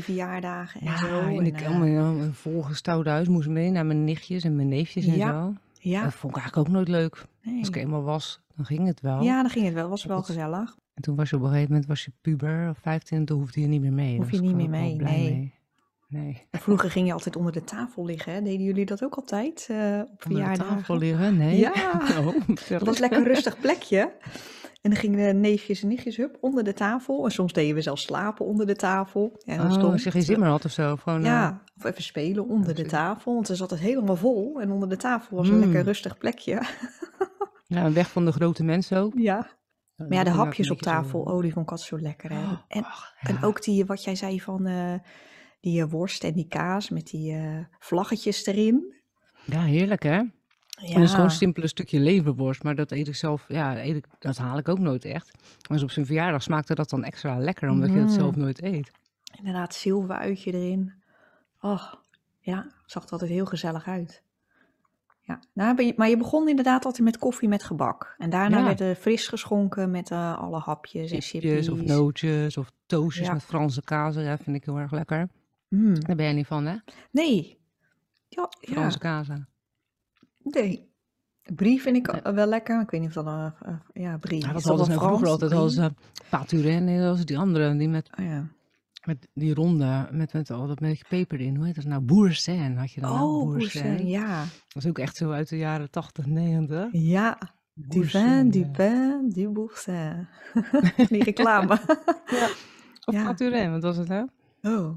S1: Familieverjaardagen en
S2: Ja,
S1: zo.
S2: en
S1: En,
S2: ik
S1: eh,
S2: allemaal in een volgestouwd huis moest mee naar mijn nichtjes en mijn neefjes en
S1: Ja.
S2: zo.
S1: Ja.
S2: Dat vond ik eigenlijk ook nooit leuk.
S1: Nee.
S2: Als ik eenmaal was, dan ging het wel.
S1: Ja, dan ging het wel. Was wel
S2: Dat-
S1: gezellig.
S2: En toen was je op een gegeven moment was je puber of vijftien, toen hoefde je niet meer mee.
S1: Hoef
S2: Daar
S1: je
S2: was
S1: niet
S2: ik
S1: meer
S2: wel
S1: mee,
S2: blij
S1: nee.
S2: mee. Nee.
S1: En vroeger ging je altijd onder de tafel liggen. Hè? Deden jullie dat ook altijd uh, op
S2: Onder de
S1: verjaardagen?
S2: tafel liggen? Nee.
S1: Ja.
S2: Oh,
S1: Dat was lekker een rustig plekje. En dan gingen de neefjes en nichtjes hup onder de tafel. En soms deden we zelfs slapen onder de tafel. Ja,
S2: oh,
S1: stom.
S2: als je geen zin meer had of zo. Gewoon,
S1: ja, of even spelen onder de tafel. Want dan zat het helemaal vol. En onder de tafel was een
S2: mm.
S1: lekker rustig plekje.
S2: Ja, weg van de grote mensen ook.
S1: Ja. Maar ja, de hapjes op tafel,
S2: zo...
S1: oh, die vond ik altijd zo lekker. Hè? En,
S2: oh, ja.
S1: en ook die, wat jij zei van uh, die uh, worst en die kaas met die uh, vlaggetjes erin.
S2: Ja, heerlijk hè? Ja. En dat is gewoon een simpele stukje leverworst, maar dat eet ik zelf, ja, eet ik, dat haal ik ook nooit echt. Maar op zijn verjaardag smaakte dat dan extra lekker, omdat mm. je het zelf nooit eet.
S1: Inderdaad, zilveruitje erin. Oh, ja, zag er altijd heel gezellig uit. Ja, nou, ben je, maar je begon inderdaad altijd met koffie met gebak. En daarna
S2: ja.
S1: werd er fris geschonken met uh, alle hapjes en chipjes.
S2: Of nootjes of toastjes ja. met Franse kaas. Ja, vind ik heel erg lekker. Mm. Daar ben jij niet van, hè?
S1: Nee. Ja,
S2: Franse
S1: ja.
S2: kaas.
S1: Nee. Brie vind ik nee. wel lekker. Ik weet niet of dat een... Uh, ja, brie.
S2: Ja, dat hadden ze nou vroeger altijd als uh, pâturée. Nee, dat was die andere. Die met...
S1: Oh ja.
S2: Met die ronde, met, met al dat beetje peper in. Hoe heet dat nou? Boursin had je dan.
S1: Oh,
S2: nou?
S1: Boursin, ja.
S2: Dat is ook echt zo uit de jaren tachtig, negentig.
S1: Ja, du vin, du pain, du Boursin. Die reclame.
S2: Ja. Of
S1: ja.
S2: Pâturée, wat was het nou?
S1: Oh.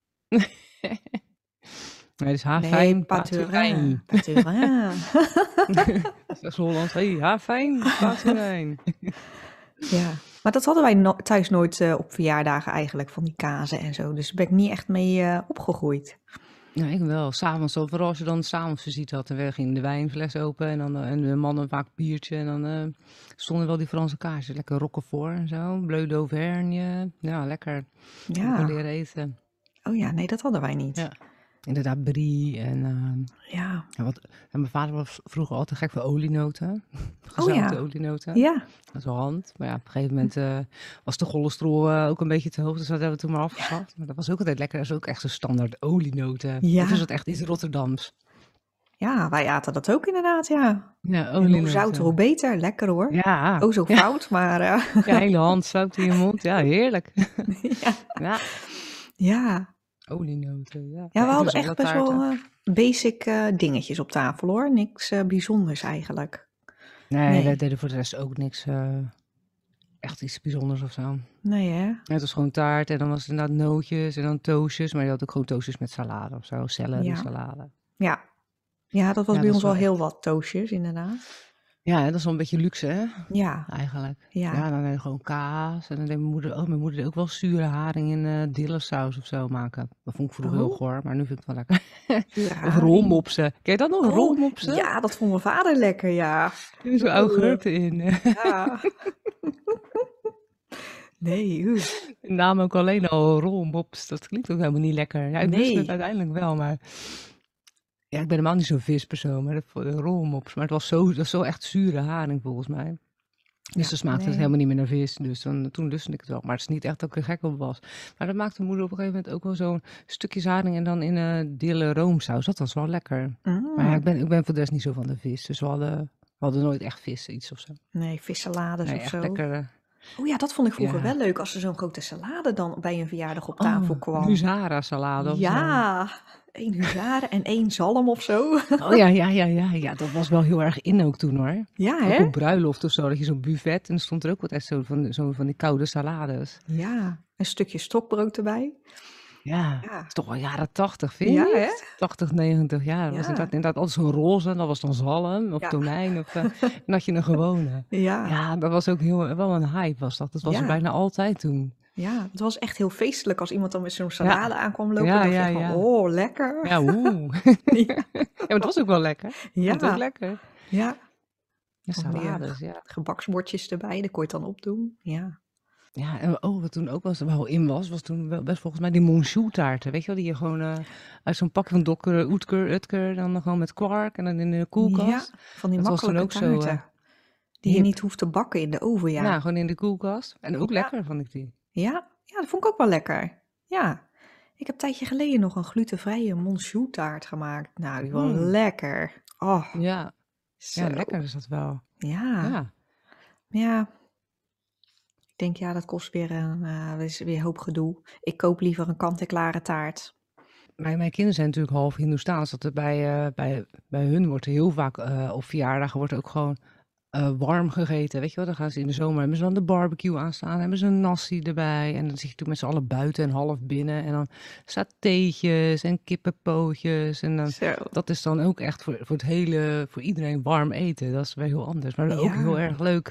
S2: Nee, dus haarfijn,
S1: nee, Pâturée. Pâturée.
S2: Dat is Hollands. Hé, hey, haarfijn, Pâturée.
S1: Ja. Maar dat hadden wij no- thuis nooit uh, op verjaardagen eigenlijk, van die kazen en zo. Dus daar ben ik niet echt mee uh, opgegroeid.
S2: Ja, ik wel. S'avonds, vooral als je dan s'avonds visite had, dan ging de wijnfles open en, dan, uh, en de mannen vaak biertje. En dan uh, stonden wel die Franse kaasjes, lekker roquefort en zo. Bleu d'Auvergne, ja, lekker.
S1: Ja.
S2: leren eten.
S1: Oh ja, nee, dat hadden wij niet.
S2: Ja. Inderdaad, brie en... Uh,
S1: ja.
S2: ja wat, en mijn vader was vroeger altijd gek voor olienoten. Gezouten
S1: oh, ja.
S2: olienoten.
S1: Ja.
S2: Dat is wel hand. Maar ja, op een gegeven moment uh, was de cholesterol uh, ook een beetje te hoog. Dus dat hebben we toen maar afgeschaft. Maar dat was ook altijd lekker. Dat is ook echt zo'n standaard olienoten.
S1: Ja.
S2: Of is dat echt iets Rotterdams?
S1: Ja, wij aten dat ook inderdaad, ja.
S2: Ja, olienoten.
S1: Hoe zouter, hoe beter. Lekker hoor.
S2: Ja.
S1: Oh, zo
S2: ja.
S1: fout, maar... Uh...
S2: Ja, hele hand zout in je mond. Ja, heerlijk.
S1: ja.
S2: Ja.
S1: Ja.
S2: Olienoten, ja.
S1: Ja, we hadden echt best wel uh, basic uh, dingetjes op tafel hoor. Niks uh, bijzonders eigenlijk.
S2: Nee, nee, wij deden voor de rest ook niks uh, echt iets bijzonders of zo.
S1: Nee hè?
S2: Ja, het was gewoon taart en dan was het inderdaad nootjes en dan toastjes. Maar je had ook gewoon toastjes met salade of zo, celery
S1: ja.
S2: salade.
S1: Ja. Ja, dat was
S2: ja,
S1: bij
S2: dat
S1: ons wel
S2: echt...
S1: heel wat toastjes inderdaad.
S2: Ja, dat is wel een beetje luxe, hè?
S1: Ja.
S2: Eigenlijk.
S1: Ja.
S2: Ja, dan heb je gewoon kaas. En dan deed mijn moeder, oh, mijn moeder deed ook wel zure haring in uh, dillesaus of zo maken. Dat vond ik vroeger oh. heel goor, maar nu vind ik het wel lekker. Of rolmopsen. Ken je dat nog, oh, rolmopsen?
S1: Ja, dat vond mijn vader lekker, ja.
S2: Er is zo'n augurken in.
S1: Ja. Nee, uh.
S2: De naam ook alleen al, rolmops. Dat klinkt ook helemaal niet lekker. Ja, ik
S1: nee.
S2: wist het uiteindelijk wel, maar... Ja, ik ben helemaal niet zo'n vispersoon, maar de rolmops. Maar het was zo, dat was zo echt zure haring volgens mij. Dus ja, dan smaakte nee. het helemaal niet meer naar vis. Dus dan, toen lustte ik het wel. Maar het is niet echt dat ik er gek op was. Maar dat maakte moeder op een gegeven moment ook wel zo'n stukjes haring en dan in een uh, dille roomsaus. Dat was wel lekker. Mm. Maar ja, ik ben, ik ben voor de rest niet zo van de vis. Dus we hadden, we hadden nooit echt vis, iets of zo.
S1: Nee, vissalades
S2: nee,
S1: of
S2: echt
S1: zo.
S2: Lekker, uh,
S1: oh ja, dat vond ik vroeger
S2: ja.
S1: wel leuk. Als er zo'n grote salade dan bij een verjaardag op tafel
S2: oh,
S1: kwam.
S2: Huzara salade of
S1: ja.
S2: zo.
S1: Eén huzaren en één zalm of zo.
S2: Oh ja, ja, ja, ja, ja, dat was wel heel erg in ook toen hoor.
S1: Ja, hè?
S2: Ook op bruiloft of zo, dat je zo'n buffet en er stond er ook wat echt zo van, zo van die koude salades.
S1: Ja, een stukje stokbrood erbij.
S2: Ja, ja. Dat is toch wel jaren tachtig, vind je
S1: ja,
S2: niet?
S1: Hè?
S2: tachtig, negentig jaar. Dat ja. was inderdaad, inderdaad altijd zo'n roze, dat was dan zalm of ja. tonijn of uh, dan had je een gewone.
S1: Ja.
S2: Ja, dat was ook heel, wel een hype was dat. Dat was ja. er bijna altijd toen.
S1: Ja, het was echt heel feestelijk als iemand dan met zo'n salade ja. aankwam lopen.
S2: Ja,
S1: dacht
S2: ja,
S1: je van,
S2: ja.
S1: oh, lekker.
S2: Ja, oeh. ja. ja, maar het was ook wel lekker.
S1: Ja.
S2: Het was ook lekker.
S1: Ja.
S2: Ja, salades, ja.
S1: Gebaksbordjes erbij, dat kon je het dan opdoen. Ja.
S2: Ja, en oh, wat toen ook was, wel in was, was toen wel best volgens mij die Monchou taarten. Weet je wel, die je gewoon uh, uit zo'n pakje van Dokker, Oetker, Utker, dan gewoon met kwark en dan in de koelkast.
S1: Ja, van die
S2: dat
S1: makkelijke
S2: was toen ook
S1: taarten.
S2: Zo, uh,
S1: die je niet hoeft te bakken in de oven, ja.
S2: Ja, gewoon in de koelkast. En ook
S1: ja.
S2: lekker, vond ik die.
S1: Ja, ja, dat vond ik ook wel lekker. Ja. Ik heb een tijdje geleden nog een glutenvrije Monchou taart gemaakt. Nou, die was mm. lekker. Oh.
S2: Ja.
S1: Zo.
S2: Ja, lekker is dat wel.
S1: Ja.
S2: Ja.
S1: Ja. Ik denk, ja, dat kost weer een, uh, is weer een hoop gedoe. Ik koop liever een kant-en-klare taart.
S2: Mijn, mijn kinderen zijn natuurlijk half Hindoestaans. Dat er bij, uh, bij, bij hun wordt er heel vaak uh, op verjaardagen wordt er ook gewoon uh, warm gegeten. Weet je wel, dan gaan ze in de zomer, hebben ze dan de barbecue aanstaan, hebben ze een nasi erbij. En dan zit je toen met z'n allen buiten en half binnen. En dan satéetjes en kippenpootjes. En dan,
S1: Zo.
S2: dat is dan ook echt voor, voor het hele, voor iedereen warm eten. Dat is wel heel anders, maar
S1: Ja.
S2: ook heel erg leuk.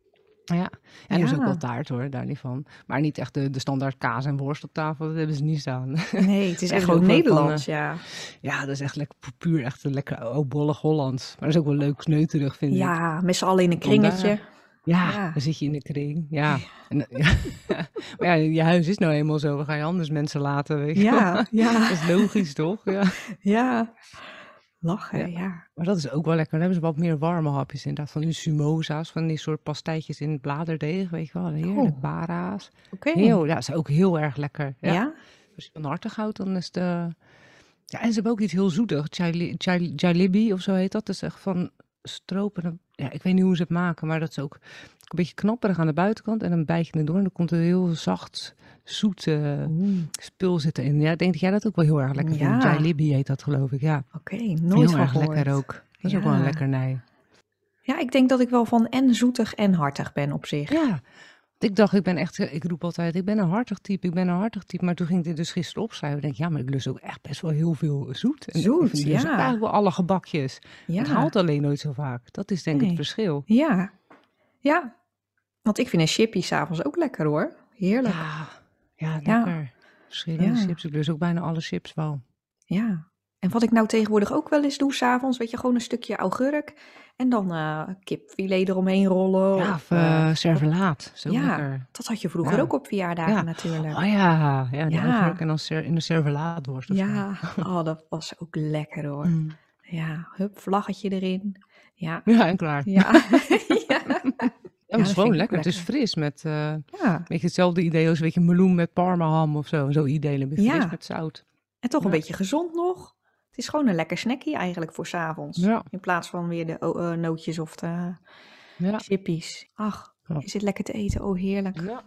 S2: Ja, en
S1: Ja.
S2: er is ook wel taart hoor, daar niet van. Maar niet echt de, de standaard kaas en worst op tafel, dat hebben ze niet staan.
S1: Nee, het is
S2: Er
S1: echt
S2: is
S1: gewoon
S2: ook wel van,
S1: Nederlands,
S2: eh,
S1: ja.
S2: Ja, dat is echt lekker pu- puur echt een lekker oudbollig Hollands. Maar dat is ook wel leuk sneuterig, vind ik.
S1: Ja, met z'n allen in een
S2: Vandaar.
S1: kringetje.
S2: Ja,
S1: Ja.
S2: dan zit je in de kring. Ja. En, eh, ja. Maar ja, je huis is nou eenmaal zo. We gaan je anders mensen laten, weet je wel.
S1: Ja, ja,
S2: Dat is logisch, toch? Ja.
S1: ja. Lachen,
S2: Ja.
S1: ja.
S2: Maar dat is ook wel lekker. Dan hebben ze wat meer warme hapjes inderdaad. Van die sumosa's, van die soort pastijtjes in bladerdeeg, weet je wel. Heerlijk,
S1: Oh.
S2: bara's.
S1: Oké.
S2: Heel, ja, dat is ook heel erg lekker. Ja.
S1: Ja?
S2: Als je van hartig houdt, dan is de... Ja, en ze hebben ook iets heel zoetigs. Jali- jali- Jalebi of zo heet dat. Dat is echt van stroop. En ja, ik weet niet hoe ze het maken, maar dat is ook een beetje knapperig aan de buitenkant. En dan bijt je het door en dan komt er heel zacht, zoet uh, spul zitten in. Ja, ik denk dat jij dat ook wel heel erg lekker vindt.
S1: Ja.
S2: Jalebi heet dat, geloof ik, ja.
S1: Oké, nooit
S2: heel
S1: van
S2: erg
S1: gehoord.
S2: lekker ook. Dat is ook wel een
S1: Ja.
S2: lekkernij.
S1: Ja, ik denk dat ik wel van en zoetig en hartig ben op zich.
S2: Ja, ik dacht, ik ben echt, ik roep altijd, ik ben een hartig type, ik ben een hartig type. Maar toen ging ik dit dus gisteren opschrijven. Ik denk, ja, maar ik lust ook echt best wel heel veel zoet. En
S1: Zoet,
S2: ik lust
S1: ja.
S2: ook eigenlijk wel alle gebakjes.
S1: Ja.
S2: Het haalt alleen nooit zo vaak. Dat is denk ik
S1: Nee.
S2: het verschil.
S1: Ja. Ja. Want ik vind een chippy s'avonds ook lekker hoor. Heerlijk.
S2: Ja, ja,
S1: Ja.
S2: lekker. Verschillende
S1: Ja.
S2: chips. Ik lust ook bijna alle chips wel.
S1: Ja. En wat ik nou tegenwoordig ook wel eens doe s'avonds, weet je, gewoon een stukje augurk en dan uh, kipfilet eromheen rollen.
S2: Ja,
S1: of,
S2: of uh, servelaat. Zo
S1: ja,
S2: lekker.
S1: dat had je vroeger
S2: Ja.
S1: ook op verjaardagen
S2: Ja.
S1: natuurlijk.
S2: Oh ja, ja, die
S1: Ja.
S2: augurk en dan ser- in de servelaatworst of zo.
S1: Ja, oh, dat was ook lekker hoor.
S2: Mm.
S1: Ja, hup, vlaggetje erin. Ja,
S2: Ja, en klaar.
S1: ja. ja.
S2: Ja,
S1: dat
S2: het is
S1: vind
S2: gewoon
S1: ik ook
S2: lekker. Het is
S1: lekker.
S2: fris met, uh,
S1: Ja,
S2: een beetje hetzelfde idee als weet je, meloen met parmaham of zo. Zo idee, een beetje
S1: Ja.
S2: fris met zout.
S1: en toch een
S2: Ja.
S1: beetje gezond nog. Het is gewoon een lekker snackie eigenlijk voor 's avonds.
S2: Ja,
S1: In plaats van weer de oh, uh, nootjes of de
S2: ja.
S1: chippies. Ach,
S2: Ja.
S1: je zit lekker te eten. Oh, heerlijk.
S2: Ja.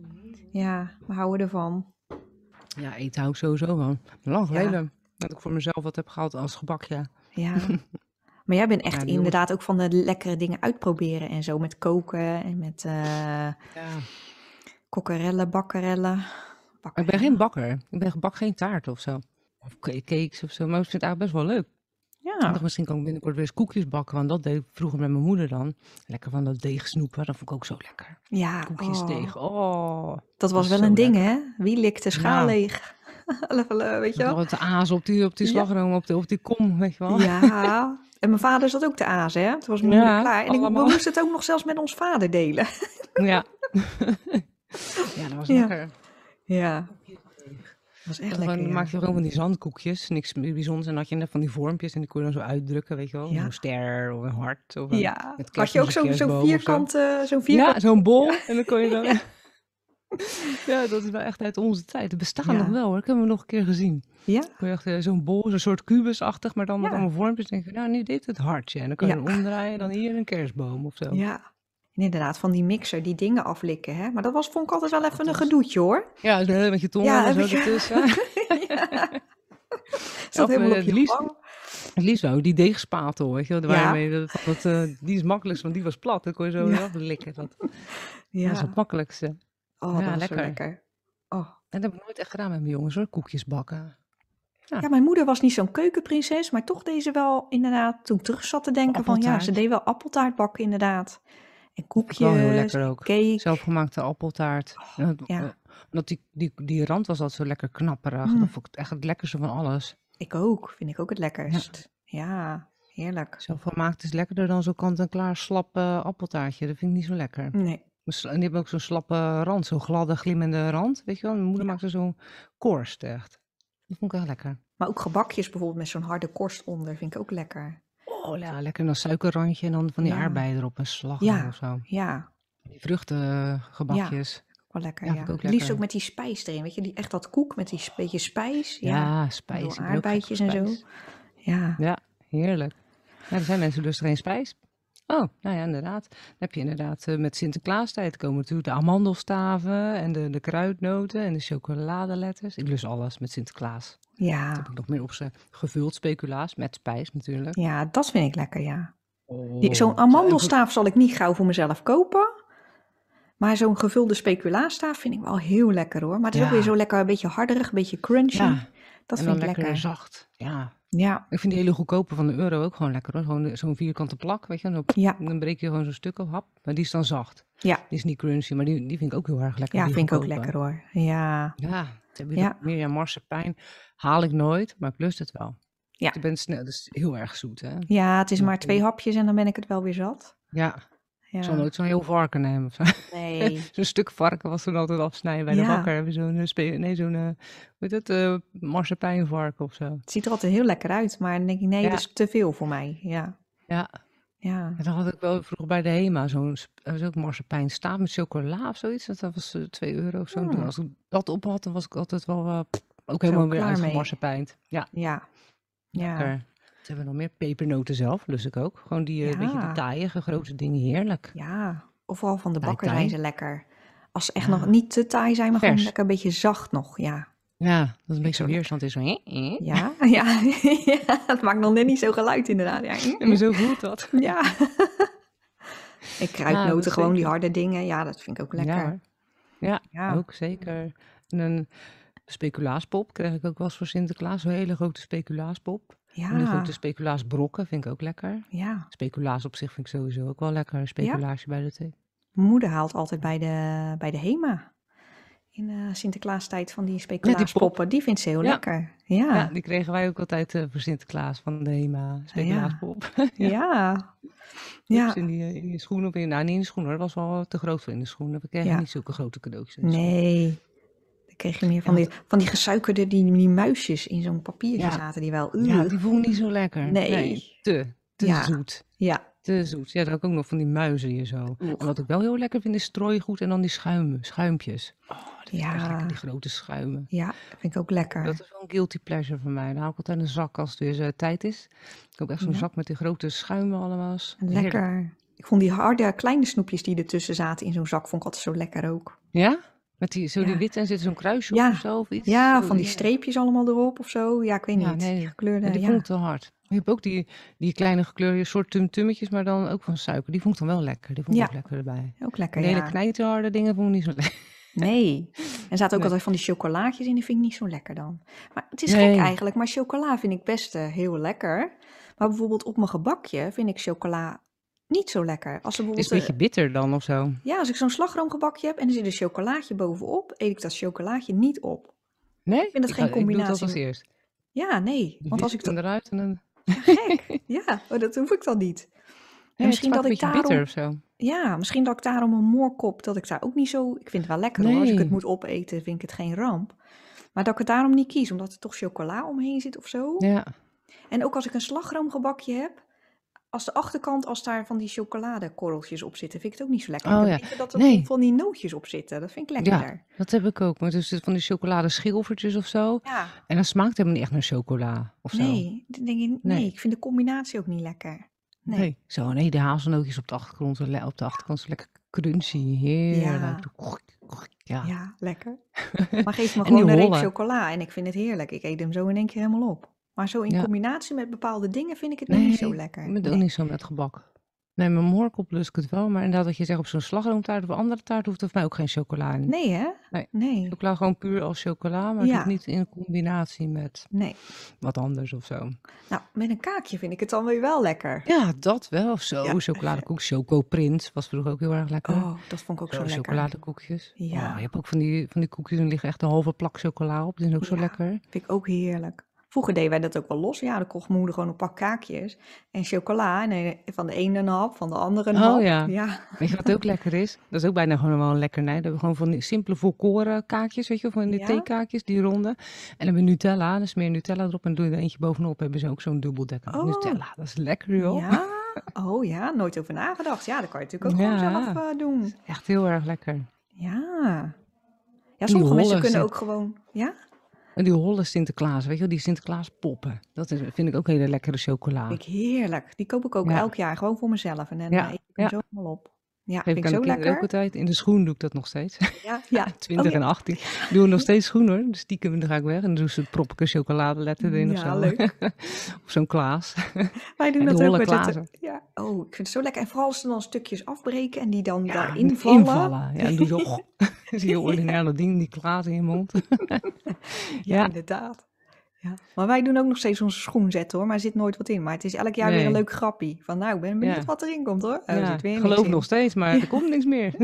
S1: Ja, we houden ervan.
S2: Ja, eten hou ik sowieso van. Lang
S1: Ja.
S2: geleden dat ik voor mezelf wat heb gehad als gebakje.
S1: Ja. Maar jij bent echt
S2: Ja, die
S1: inderdaad ook van de lekkere dingen uitproberen en zo. Met koken en met uh,
S2: Ja.
S1: kokkerellen, bakkerellen.
S2: Maar ik ben geen bakker. Ik ben bak geen taart of zo. Of ca- cakes of zo. Maar ik vind het eigenlijk best wel leuk. Ik
S1: Ja,
S2: dacht, misschien kan ik binnenkort weer eens koekjes bakken. Want dat deed ik vroeger met mijn moeder dan. Lekker van dat deeg snoepen. Dat vond ik ook zo lekker.
S1: ja.
S2: Koekjes
S1: oh.
S2: deeg. Oh.
S1: Dat was
S2: is
S1: wel
S2: zo
S1: een ding,
S2: lekker.
S1: hè? Wie likt de schaal
S2: Ja.
S1: leeg? Weet je wel?
S2: Wat aas op die, op die
S1: Ja.
S2: slagroom, op, de, op die kom, weet je wel.
S1: Ja. En mijn vader zat ook te aas, hè? Toen was mijn moeder
S2: Ja,
S1: klaar. En ik, we
S2: allemaal.
S1: moesten het ook nog zelfs met ons vader delen.
S2: Ja. Ja, dat was
S1: Ja.
S2: lekker.
S1: Ja. Dat was echt
S2: En
S1: lekker,
S2: dan
S1: ja.
S2: maak je gewoon van die zandkoekjes, niks bijzonders. En dan had je net van die vormpjes en die kon je dan zo uitdrukken, weet je wel.
S1: Ja.
S2: Een ster of een hart of een,
S1: Ja.
S2: met
S1: Had je ook
S2: kerstmis,
S1: zo'n
S2: een
S1: zo'n
S2: kerstboom of zo.
S1: vierkant, uh, zo'n vierkant...
S2: Ja, zo'n bol. En dan kon je dan... Ja, dat is wel echt uit onze tijd. Het bestaat
S1: Ja.
S2: nog wel hoor, ik heb hem nog een keer gezien.
S1: Ja?
S2: Kon je echt eh, zo'n bol, zo'n soort kubusachtig, maar dan met
S1: Ja.
S2: allemaal vormpjes. Dan denk je, nou nu dit het hartje. En dan kan je
S1: Ja.
S2: hem omdraaien, dan hier een kerstboom of zo.
S1: Ja. En inderdaad, van die mixer, die dingen aflikken, hè? Maar dat was, vond ik altijd wel even
S2: Dat
S1: een
S2: was-
S1: gedoetje, hoor.
S2: Ja, zo met je tong
S1: Ja,
S2: en zo
S1: heb je-
S2: ertussen.
S1: ja. Zat
S2: Of,
S1: helemaal
S2: eh,
S1: op je
S2: het liefst-
S1: wang.
S2: Het liefst nou, die deegspatel, weet je wel. Waar
S1: Ja.
S2: je mee, dat, dat, eh, die is het makkelijkst, want die was plat. Dan kon je zo
S1: Ja.
S2: weer aflikken. Dat, dat is
S1: Ja.
S2: het makkelijkste.
S1: Oh,
S2: Ja,
S1: dat was
S2: lekker.
S1: zo lekker. Oh.
S2: En dat heb ik nooit echt gedaan met mijn jongens hoor, koekjes bakken. Ja.
S1: Ja, mijn moeder was niet zo'n keukenprinses, maar toch deed ze wel inderdaad, toen ik terug zat te denken van ja,
S2: Appeltaart.
S1: ze deed wel appeltaart bakken inderdaad. En
S2: Wel heel
S1: koekjes,
S2: lekker ook.
S1: cake.
S2: Zelfgemaakte appeltaart. En dat-
S1: ja.
S2: eh, Omdat die, die, die rand was altijd zo lekker knapperig.
S1: Mm.
S2: Dat vond ik echt het lekkerste van alles.
S1: Ik ook, vind ik ook het lekkerst. Ja, heerlijk.
S2: Zelfgemaakt is lekkerder dan zo'n kant-en-klaar slap eh, appeltaartje. Dat vind ik niet zo lekker.
S1: Nee,
S2: En die hebben ook zo'n slappe rand, zo'n gladde, glimmende rand. Weet je wel, mijn moeder
S1: Ja.
S2: maakte zo'n korst echt. Dat vond ik echt lekker.
S1: maar ook gebakjes bijvoorbeeld met zo'n harde korst onder vind ik ook lekker.
S2: Oh ja, lekker en dan suikerrandje en dan van die
S1: Ja.
S2: aardbeien erop en slagroom
S1: Ja.
S2: of zo.
S1: Ja,
S2: Die vruchtengebakjes.
S1: wel lekker.
S2: Ja,
S1: Ja,
S2: vind ik ook
S1: Het liefst
S2: lekker.
S1: ook met die spijs erin, weet je, die, echt dat koek met die sp- beetje spijs.
S2: Ja,
S1: Ja,
S2: spijs.
S1: Zo
S2: Ik ben ook gek
S1: aardbeidjes
S2: op
S1: en zo.
S2: spijs.
S1: Ja.
S2: Ja, heerlijk. Ja, er zijn mensen die lusten geen spijs. Oh, nou ja, inderdaad. Dan heb je inderdaad uh, met Sinterklaastijd komen natuurlijk de amandelstaven en de, de kruidnoten en de chocoladeletters. Ik lust alles met Sinterklaas.
S1: Ja.
S2: Dat heb ik nog meer op zijn gevuld speculaas met spijs natuurlijk.
S1: Ja, dat vind ik lekker, ja.
S2: Oh,
S1: Zo'n amandelstaaf zal ik niet gauw voor mezelf kopen. Maar zo'n gevulde speculaastaaf vind ik wel heel lekker hoor. Maar het is
S2: ja.
S1: ook weer zo lekker, een beetje harderig, een beetje crunchy.
S2: Ja.
S1: Dat
S2: en
S1: vind ik
S2: lekker.
S1: lekker.
S2: zacht. Ja.
S1: Ja.
S2: Ik vind die hele goedkope van de euro ook gewoon lekker hoor. Gewoon zo'n vierkante plak, weet je. Dan,
S1: ja.
S2: dan breek je gewoon zo'n stuk op hap. Maar die is dan zacht.
S1: Ja.
S2: Die is niet crunchy, maar die, die vind ik ook heel erg lekker.
S1: Ja,
S2: die
S1: vind
S2: goedkope.
S1: ik ook lekker hoor. Ja.
S2: Ja. Heb je
S1: ja.
S2: meer ja, marsepein haal ik nooit, maar ik lust het wel.
S1: Ja.
S2: Je bent snel, dat is heel erg zoet hè.
S1: Ja, het is maar twee hapjes en dan ben ik het wel weer zat.
S2: Ja.
S1: Ja.
S2: Ik zal nooit zo'n heel varken nemen of zo.
S1: Nee.
S2: Zo'n stuk varken was toen altijd afsnijden bij
S1: Ja.
S2: de bakker. Hebben zo'n, nee, zo'n, uh, hoe heet het, uh, marsepeinvarken of zo.
S1: Het ziet er altijd heel lekker uit, maar dan denk ik, nee,
S2: Ja.
S1: dat is te veel voor mij. Ja.
S2: Ja.
S1: Ja.
S2: En dan had ik wel vroeger bij de HEMA zo'n uh, marsepeinstaaf met chocola of zoiets. Dat was uh, twee euro of zo.
S1: Hmm.
S2: Toen als ik dat op had, dan was ik altijd wel uh, ook
S1: Zo,
S2: helemaal weer
S1: klaar mee.
S2: uitgemarsepeind. Ja.
S1: Ja. Ja.
S2: Lekker. Wat hebben we nog meer? Pepernoten zelf, lust ik ook. Gewoon die, uh,
S1: Ja.
S2: weet je, die taaie, grote dingen, heerlijk.
S1: Ja. Of vooral van de
S2: Taai,
S1: bakker
S2: taai.
S1: zijn ze lekker. Als ze echt
S2: Ja.
S1: nog niet te taai zijn, maar
S2: Vers.
S1: gewoon lekker een beetje zacht nog. Ja.
S2: Ja, dat is een beetje
S1: zo
S2: weerstand is. Zo, eh, eh.
S1: Ja, ja. ja. Het maakt nog net niet zo geluid inderdaad. Ja.
S2: Ja, maar zo voelt dat.
S1: Ja. En kruidnoten,
S2: Ja, dat
S1: gewoon die
S2: zeker.
S1: harde dingen. Ja, dat vind ik ook lekker.
S2: Ja, hoor. ja,
S1: Ja.
S2: ook zeker. En een speculaaspop krijg ik ook wel eens voor Sinterklaas. Een hele grote speculaaspop. En die
S1: Ja.
S2: grote speculaasbrokken vind ik ook lekker.
S1: Ja.
S2: Speculaas op zich vind ik sowieso ook wel lekker. Een speculaasje bij de thee.
S1: Mijn moeder haalt altijd bij de, bij de HEMA. In de Sinterklaastijd van die speculaaspoppen. Die vindt ze heel
S2: Ja.
S1: lekker. Ja.
S2: Ja, die kregen wij ook altijd uh, voor Sinterklaas van de HEMA. Speculaaspop.
S1: Ja. Ja. Ja.
S2: In, die, uh, in die schoenen. Of in, nou, niet in de schoenen hoor. Dat was wel te groot voor in de schoenen. We kregen
S1: Ja.
S2: niet zulke grote cadeautjes. in de schoenen.
S1: Nee. Dan kreeg je meer van,
S2: Ja,
S1: die, van die gesuikerde die, die muisjes in zo'n papiertje
S2: Ja.
S1: zaten. Die wel...
S2: Ja,
S1: uh.
S2: die vond ik niet zo lekker.
S1: Nee.
S2: te, te
S1: Ja.
S2: zoet.
S1: Ja.
S2: Te zoet. Ja, dan heb ik ook nog van die muizen hier zo.
S1: Oeh.
S2: En wat ik wel heel lekker vind is strooigoed en dan die schuimen, schuimpjes. Oh, dat vind ik echt
S1: Ja.
S2: lekker, die grote schuimen.
S1: Ja, dat vind ik ook lekker.
S2: Dat is wel een guilty pleasure van mij. Dan haal ik altijd een zak als het weer zo tijd is. Ik heb echt zo'n
S1: Ja.
S2: zak met die grote schuimen allemaal. Heerlijk.
S1: Lekker. Ik vond die harde kleine snoepjes die ertussen zaten in zo'n zak, vond ik altijd zo lekker ook.
S2: Ja? Met die, zo die
S1: Ja.
S2: witte en zit er zo'n kruisje
S1: Ja.
S2: op of zo of iets?
S1: Ja,
S2: Zo,
S1: van die
S2: ja.
S1: streepjes allemaal erop of zo. Ja, ik weet
S2: Ja,
S1: niet.
S2: nee.
S1: Die gekleurde,
S2: Ja, die
S1: ja.
S2: vond ik te hard. Maar je hebt ook die, die kleine gekleurde soort tumtummetjes, maar dan ook van suiker. Die vond ik dan wel lekker. Die vond ik
S1: Ja.
S2: ook lekker erbij.
S1: Ook lekker,
S2: De hele
S1: ja.
S2: knijterharde dingen vond ik niet zo lekker.
S1: Nee. Er zaten ook
S2: Nee.
S1: altijd van die chocolaatjes in, die vind ik niet zo lekker dan. Maar het is
S2: Nee.
S1: gek eigenlijk, maar chocola vind ik best eh, heel lekker. Maar bijvoorbeeld op mijn gebakje vind ik chocola niet zo lekker. Als er
S2: Is het
S1: bijvoorbeeld,
S2: een beetje bitter dan of zo?
S1: eh, ja, als ik zo'n slagroomgebakje heb en er zit een chocolaatje bovenop, eet ik dat chocolaatje niet op.
S2: Nee?
S1: vind dat
S2: Ik
S1: geen
S2: ga- Ik doe het
S1: combinatie
S2: als
S1: met-
S2: eerst.
S1: Ja, nee.
S2: Die
S1: Want als ik
S2: vis
S1: dat...
S2: eruit en dan...
S1: Gek. Ja, oh, dat hoef ik dan niet.
S2: Nee,
S1: misschien
S2: het is
S1: dat
S2: vaak
S1: ik
S2: een beetje
S1: daarom-
S2: bitter of zo.
S1: Ja, misschien dat ik daarom een moorkop, dat ik daar ook niet zo... Ik vind het wel lekker hoor, als ik
S2: Nee.
S1: het moet opeten, vind ik het geen ramp. Maar dat ik het daarom niet kies, omdat er toch chocola omheen zit of zo.
S2: Ja.
S1: En ook als ik een slagroomgebakje heb, als de achterkant, als daar van die chocoladekorreltjes op zitten, vind ik het ook niet zo lekker.
S2: Oh,
S1: ik heb
S2: ja.
S1: liever dat er
S2: Nee.
S1: van die nootjes op zitten, dat vind ik lekkerder.
S2: Dat heb ik ook. Maar het is van die chocoladeschilfertjes of zo.
S1: Ja,
S2: En dan smaakt het helemaal niet echt naar chocola of zo.
S1: nee, dan denk ik, nee,
S2: Nee.
S1: ik vind de combinatie ook niet lekker. Nee.
S2: Nee. Zo, nee, de hazelnootjes op de achtergrond, zo le- op de achterkant zo lekker crunchy. Heerlijk.
S1: Ja.
S2: Ja.
S1: Ja, lekker. Maar geef me
S2: En die
S1: gewoon een reep
S2: holle.
S1: chocola en ik vind het heerlijk. Ik eet hem zo in één keer helemaal op. Maar zo in
S2: Ja.
S1: combinatie met bepaalde dingen vind ik het
S2: Nee,
S1: niet zo lekker.
S2: Ik ben het ook
S1: Nee.
S2: niet zo met gebak. Nee, mijn moorkop lust ik het wel. Maar inderdaad, wat je zegt op zo'n slagroomtaart of andere taart, hoeft er voor mij ook geen chocola in.
S1: Nee, hè?
S2: Nee.
S1: Nee.
S2: Chocola gewoon puur als chocola, maar ik
S1: Ja.
S2: doe het niet in combinatie met
S1: Nee.
S2: wat anders of zo.
S1: Nou, met een kaakje vind ik het dan weer wel lekker.
S2: Ja, dat wel. Zo,
S1: Ja.
S2: chocoladekoek, chocoprins was vroeger ook heel erg lekker.
S1: Oh, dat vond ik ook
S2: Zo,
S1: zo lekker.
S2: chocoladekoekjes.
S1: Ja.
S2: Oh, je hebt ook van die, van die koekjes, er liggen echt een halve plak chocola op. Die zijn ook zo
S1: Ja.
S2: lekker.
S1: Vind ik ook heerlijk. Vroeger deden wij dat ook wel los. Ja, dan kocht mijn moeder gewoon een pak kaakjes en chocola. En eh, van de ene een hap, van de andere een
S2: Oh,
S1: hap.
S2: ja.
S1: Ja.
S2: Weet je wat ook lekker is? Dat is ook bijna gewoon wel een lekkernij. Dat hebben we gewoon van die simpele volkoren kaakjes, weet je, van die
S1: Ja?
S2: theekaakjes, die ronde. En dan hebben we Nutella, dan smeer je Nutella erop en doe je er eentje bovenop. Hebben ze ook zo'n dubbeldekker
S1: Oh.
S2: Nutella. Dat is lekker, joh.
S1: Ja. Oh ja, nooit over nagedacht. Ja, dat kan je natuurlijk ook gewoon
S2: Ja.
S1: zelf eh, doen.
S2: Echt heel erg lekker.
S1: Ja. Ja,
S2: Die
S1: sommige mensen
S2: holle
S1: kunnen
S2: zit-
S1: ook gewoon... Ja?
S2: En die holle Sinterklaas, weet je wel, die Sinterklaas poppen. Dat is, vind ik ook hele lekkere chocola.
S1: Vind ik heerlijk. Die koop ik ook
S2: Ja.
S1: elk jaar gewoon voor mezelf. En dan
S2: Ja,
S1: eet ik hem
S2: ja.
S1: zo allemaal op. Ja,
S2: Geef
S1: vind
S2: ik
S1: ik
S2: aan de
S1: zo
S2: kinderen ook
S1: lekker.
S2: altijd. In de schoen doe ik dat nog steeds.
S1: Ja, ja.
S2: twintig
S1: Oh, ja.
S2: en achttien. Doen we nog steeds schoen hoor. Dus stiekem, dan ga ik weg. En dan doen ze prop ik een chocoladeletter erin of
S1: Ja,
S2: zo.
S1: leuk.
S2: Of zo'n Klaas.
S1: Wij doen
S2: En
S1: dat
S2: die
S1: ook
S2: holle
S1: met het...
S2: Klaassen.
S1: Ja. Oh, ik vind het zo lekker. En vooral als ze dan stukjes afbreken en die dan
S2: Ja,
S1: daarin vallen.
S2: invallen. Ja, en doe je zo. Dan zie je ordinair dat ding, die Klaas in je mond.
S1: Ja,
S2: Ja.
S1: inderdaad. Ja. Maar wij doen ook nog steeds onze schoen zetten hoor, maar er zit nooit wat in. Maar het is elk jaar weer een
S2: Nee.
S1: leuk grappie. Van nou, ik ben benieuwd
S2: Ja.
S1: wat erin komt hoor. Oh, er
S2: Ja,
S1: zit weer
S2: ik
S1: niks
S2: geloof
S1: in.
S2: nog steeds, maar er komt niks meer.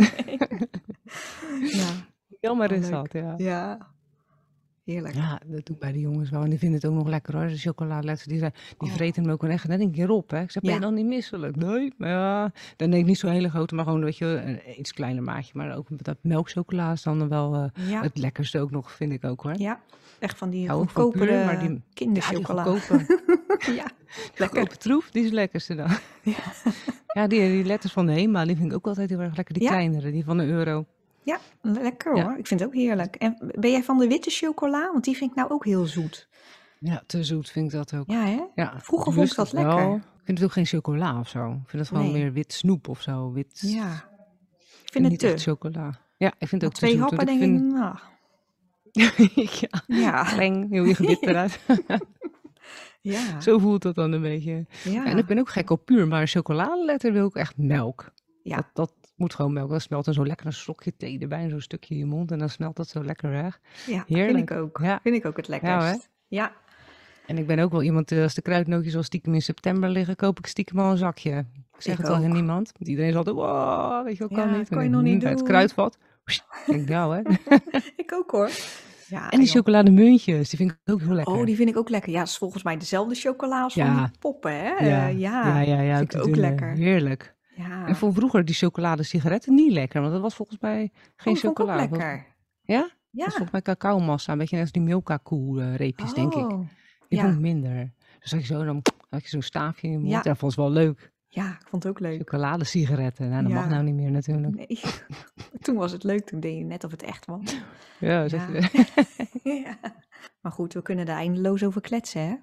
S1: Ja,
S2: Jammer
S1: wel
S2: is
S1: leuk.
S2: dat, ja.
S1: Ja, heerlijk.
S2: Ja, dat doe ik bij de jongens wel. En die vinden het ook nog lekker hoor. De chocoladeletters, die, zijn- die
S1: Oh.
S2: vreten hem ook wel echt net een keer op. Hè. Ik zeg, ben je
S1: Ja.
S2: dan niet misselijk? Nee, maar ja. Dan neem ik niet zo'n hele grote, maar gewoon weet je, een iets kleiner maatje. Maar ook met dat melkchocola is dan wel eh,
S1: Ja,
S2: het lekkerste ook nog, vind ik ook hoor.
S1: ja. Echt van die
S2: Ik hou ook van
S1: goedkopere
S2: puur, maar die, ja, die
S1: kinderchocola.
S2: goedkope,
S1: Ja, lekker.
S2: goedkope troef, die is het lekkerste dan.
S1: Ja.
S2: Ja, die, die letters van de Hema, die vind ik ook altijd heel erg lekker. Die
S1: Ja.
S2: kleinere, die van de euro.
S1: Ja, lekker
S2: Ja.
S1: hoor. Ik vind het ook heerlijk. En ben jij van de witte chocola? Want die vind ik nou ook heel zoet.
S2: Ja, te zoet vind ik dat ook.
S1: Ja, hè?
S2: Ja,
S1: Vroeger vond ik dat
S2: lust het wel.
S1: lekker.
S2: Ik vind het ook geen chocola of zo. Ik vind het gewoon
S1: Nee.
S2: meer wit snoep of zo. Wit,
S1: Ja, ik vind het
S2: niet echt
S1: te.
S2: chocola. Ja, ik vind het
S1: Na
S2: ook te
S1: twee
S2: zoet.
S1: happen
S2: want
S1: denk
S2: ik
S1: ik,
S2: vind...
S1: nou,
S2: ja,
S1: ja.
S2: kleng, heel je gebit eruit.
S1: Ja,
S2: Zo voelt dat dan een beetje. Ja, en ik
S1: ja,
S2: ben ook gek op puur, maar een chocoladeletter wil ik echt melk.
S1: ja.
S2: Dat, dat moet gewoon melk. Dan smelt er zo lekker een slokje thee erbij en zo'n stukje in je mond. En dan smelt dat zo lekker weg.
S1: Ja, vind
S2: Heerlijk.
S1: ik ook.
S2: Ja,
S1: Vind ik ook het
S2: ja hè.
S1: lekkerst. Ja,
S2: En ik ben ook wel iemand, eh, als de kruidnootjes al stiekem in september liggen, koop ik stiekem al een zakje. Ik zeg
S1: ik
S2: het al aan
S1: ook.
S2: niemand. Want iedereen is altijd, wow, weet je wel, kan
S1: Ja,
S2: niet.
S1: kan je
S2: En
S1: nog
S2: dan,
S1: niet
S2: hm, bij het
S1: doen.
S2: kruidvat. Ik denk, nou hè.
S1: Ik ook hoor. Ja,
S2: En die
S1: joh.
S2: chocolademuntjes, die vind ik ook heel lekker.
S1: Oh, die vind ik ook lekker. Ja, dat is volgens mij dezelfde chocola als van
S2: Ja,
S1: die poppen, hè?
S2: ja,
S1: Eh,
S2: ja,
S1: ja,
S2: ja, ja, ook
S1: vind
S2: de
S1: ik ook
S2: dunne.
S1: lekker.
S2: Heerlijk. En
S1: Ja.
S2: voor vroeger die chocoladesigaretten niet lekker, want dat was volgens mij
S1: Oh,
S2: geen
S1: die vond ik ook
S2: chocola. Dat was-
S1: lekker.
S2: ja? Dat was
S1: Ja.
S2: volgens mij cacaomassa, een beetje net als die Milka-koe reepjes, denk ik.
S1: Oh,
S2: Die vond ik
S1: ja.
S2: minder. Dus had je zo, dan had je zo'n staafje in je mond.
S1: Ja.
S2: Ja, vond het wel leuk.
S1: Ja, ik vond het ook leuk.
S2: Chocoladesigaretten, nou, dat mag nou
S1: Ja.
S2: niet meer natuurlijk.
S1: Nee. Toen was het leuk, toen deed je net of het echt was.
S2: Ja, zeg
S1: Ja.
S2: je.
S1: Ja. Maar goed, we kunnen er eindeloos over kletsen, hè?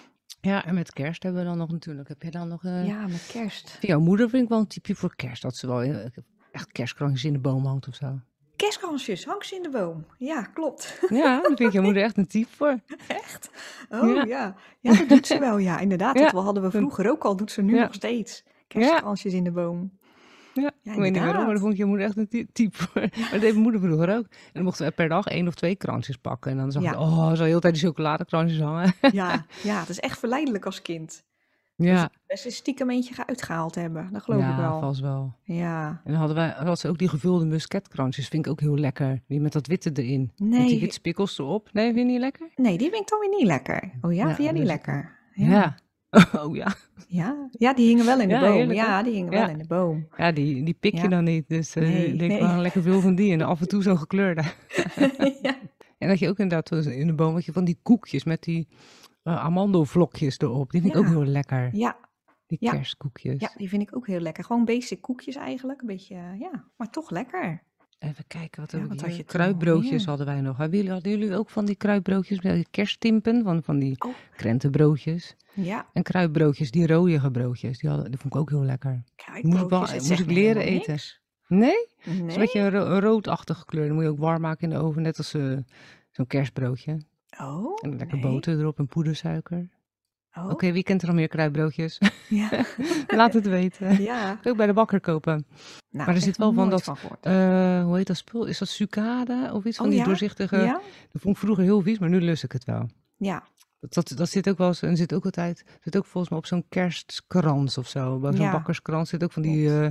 S2: Ja, en met kerst hebben we dan nog natuurlijk. Heb je dan nog... eh
S1: Ja, met kerst.
S2: Jouw moeder vind ik wel een type voor kerst. Dat ze wel eh, echt kerstkransjes in de boom hangt of zo.
S1: Kerstkransjes, hang ze in de boom. Ja, klopt.
S2: Ja, daar vind ik jouw moeder echt een type voor.
S1: Echt? Oh
S2: Ja.
S1: ja. Ja, dat doet ze wel. Ja, inderdaad.
S2: Ja.
S1: Dat hadden we vroeger ook al. Doet ze nu
S2: Ja.
S1: nog steeds. Kerstkransjes in de boom.
S2: Ja,
S1: Ja,
S2: ik weet niet waarom, maar
S1: inderdaad.
S2: daar vond ik je moeder echt een ty- type voor. Maar dat deed mijn moeder vroeger ook. En dan mochten we per dag één of twee kransjes pakken. En dan zag
S1: Ja.
S2: ik, oh, zo heel de hele tijd die chocoladekransjes hangen.
S1: Ja, ja, het is echt verleidelijk als kind. Dus
S2: Ja,
S1: best een stiekem eentje uitgehaald hebben. Dat geloof ik
S2: ja,
S1: wel.
S2: vast wel.
S1: Ja.
S2: En dan hadden wij, hadden ze ook die gevulde musketkransjes. Vind ik ook heel lekker. Die met dat witte erin. Met die
S1: Nee,
S2: wit spikkels erop. Nee, vind je niet lekker?
S1: nee, die vind ik dan weer niet lekker. Oh ja,
S2: Ja,
S1: vind jij die
S2: dus-
S1: lekker?
S2: Ja.
S1: Ja.
S2: Oh ja.
S1: Ja, ja, die hingen wel in de
S2: Ja,
S1: boom.
S2: heerlijk, hè?
S1: Ja, die hingen
S2: Ja.
S1: wel in de boom.
S2: Ja, die, die pik je
S1: Ja.
S2: dan niet. Dus eh
S1: Nee,
S2: ik denk
S1: nee.
S2: wel lekker veel van die. En af en toe zo'n gekleurde.
S1: Ja.
S2: En dat je ook inderdaad zo in de boom, wat je van die koekjes met die uh, amandelvlokjes erop. Die vind ik
S1: Ja.
S2: ook heel lekker.
S1: Ja,
S2: Die
S1: Ja.
S2: kerstkoekjes.
S1: ja, die vind ik ook heel lekker. Gewoon basic koekjes eigenlijk. Een beetje, eh, ja, maar toch lekker.
S2: Even kijken, wat
S1: Ja,
S2: heb ik
S1: wat
S2: hier?
S1: had je toen nog
S2: Kruidbroodjes
S1: meer?
S2: hadden wij nog. Hadden jullie, hadden jullie ook van die kruidbroodjes met die kersttimpen? Van, van die
S1: Oh.
S2: krentenbroodjes.
S1: Ja,
S2: En kruidbroodjes, die rode broodjes. Die, hadden, die vond ik ook heel lekker. Moest ik, wel,
S1: kruidbroodjes, het
S2: moest
S1: zegt
S2: ik
S1: me
S2: leren
S1: helemaal
S2: eten.
S1: niks.
S2: Nee? Het is een
S1: Nee?
S2: beetje ro roodachtig gekleurd. Dan moet je ook warm maken in de oven, net als eh, zo'n kerstbroodje.
S1: Oh,
S2: En lekker
S1: nee.
S2: boter erop en poedersuiker.
S1: Oh,
S2: Oké, wie kent er nog meer kruidbroodjes?
S1: ja.
S2: Laat het weten.
S1: Ja.
S2: Ook bij de bakker kopen.
S1: Nou,
S2: Maar er
S1: echt
S2: zit wel van
S1: nooit
S2: dat,
S1: van gehoord.
S2: eh, hoe heet dat spul? Is dat sucade of iets van
S1: Oh
S2: die
S1: ja?
S2: doorzichtige?
S1: Ja?
S2: Dat vond ik vroeger heel vies, maar nu lust ik het wel.
S1: Ja.
S2: Dat, dat, dat zit ook wel eens, en zit ook altijd, zit ook volgens mij op zo'n kerstkrans of zo. Bij zo'n
S1: Ja.
S2: bakkerskrans zit ook van die eh,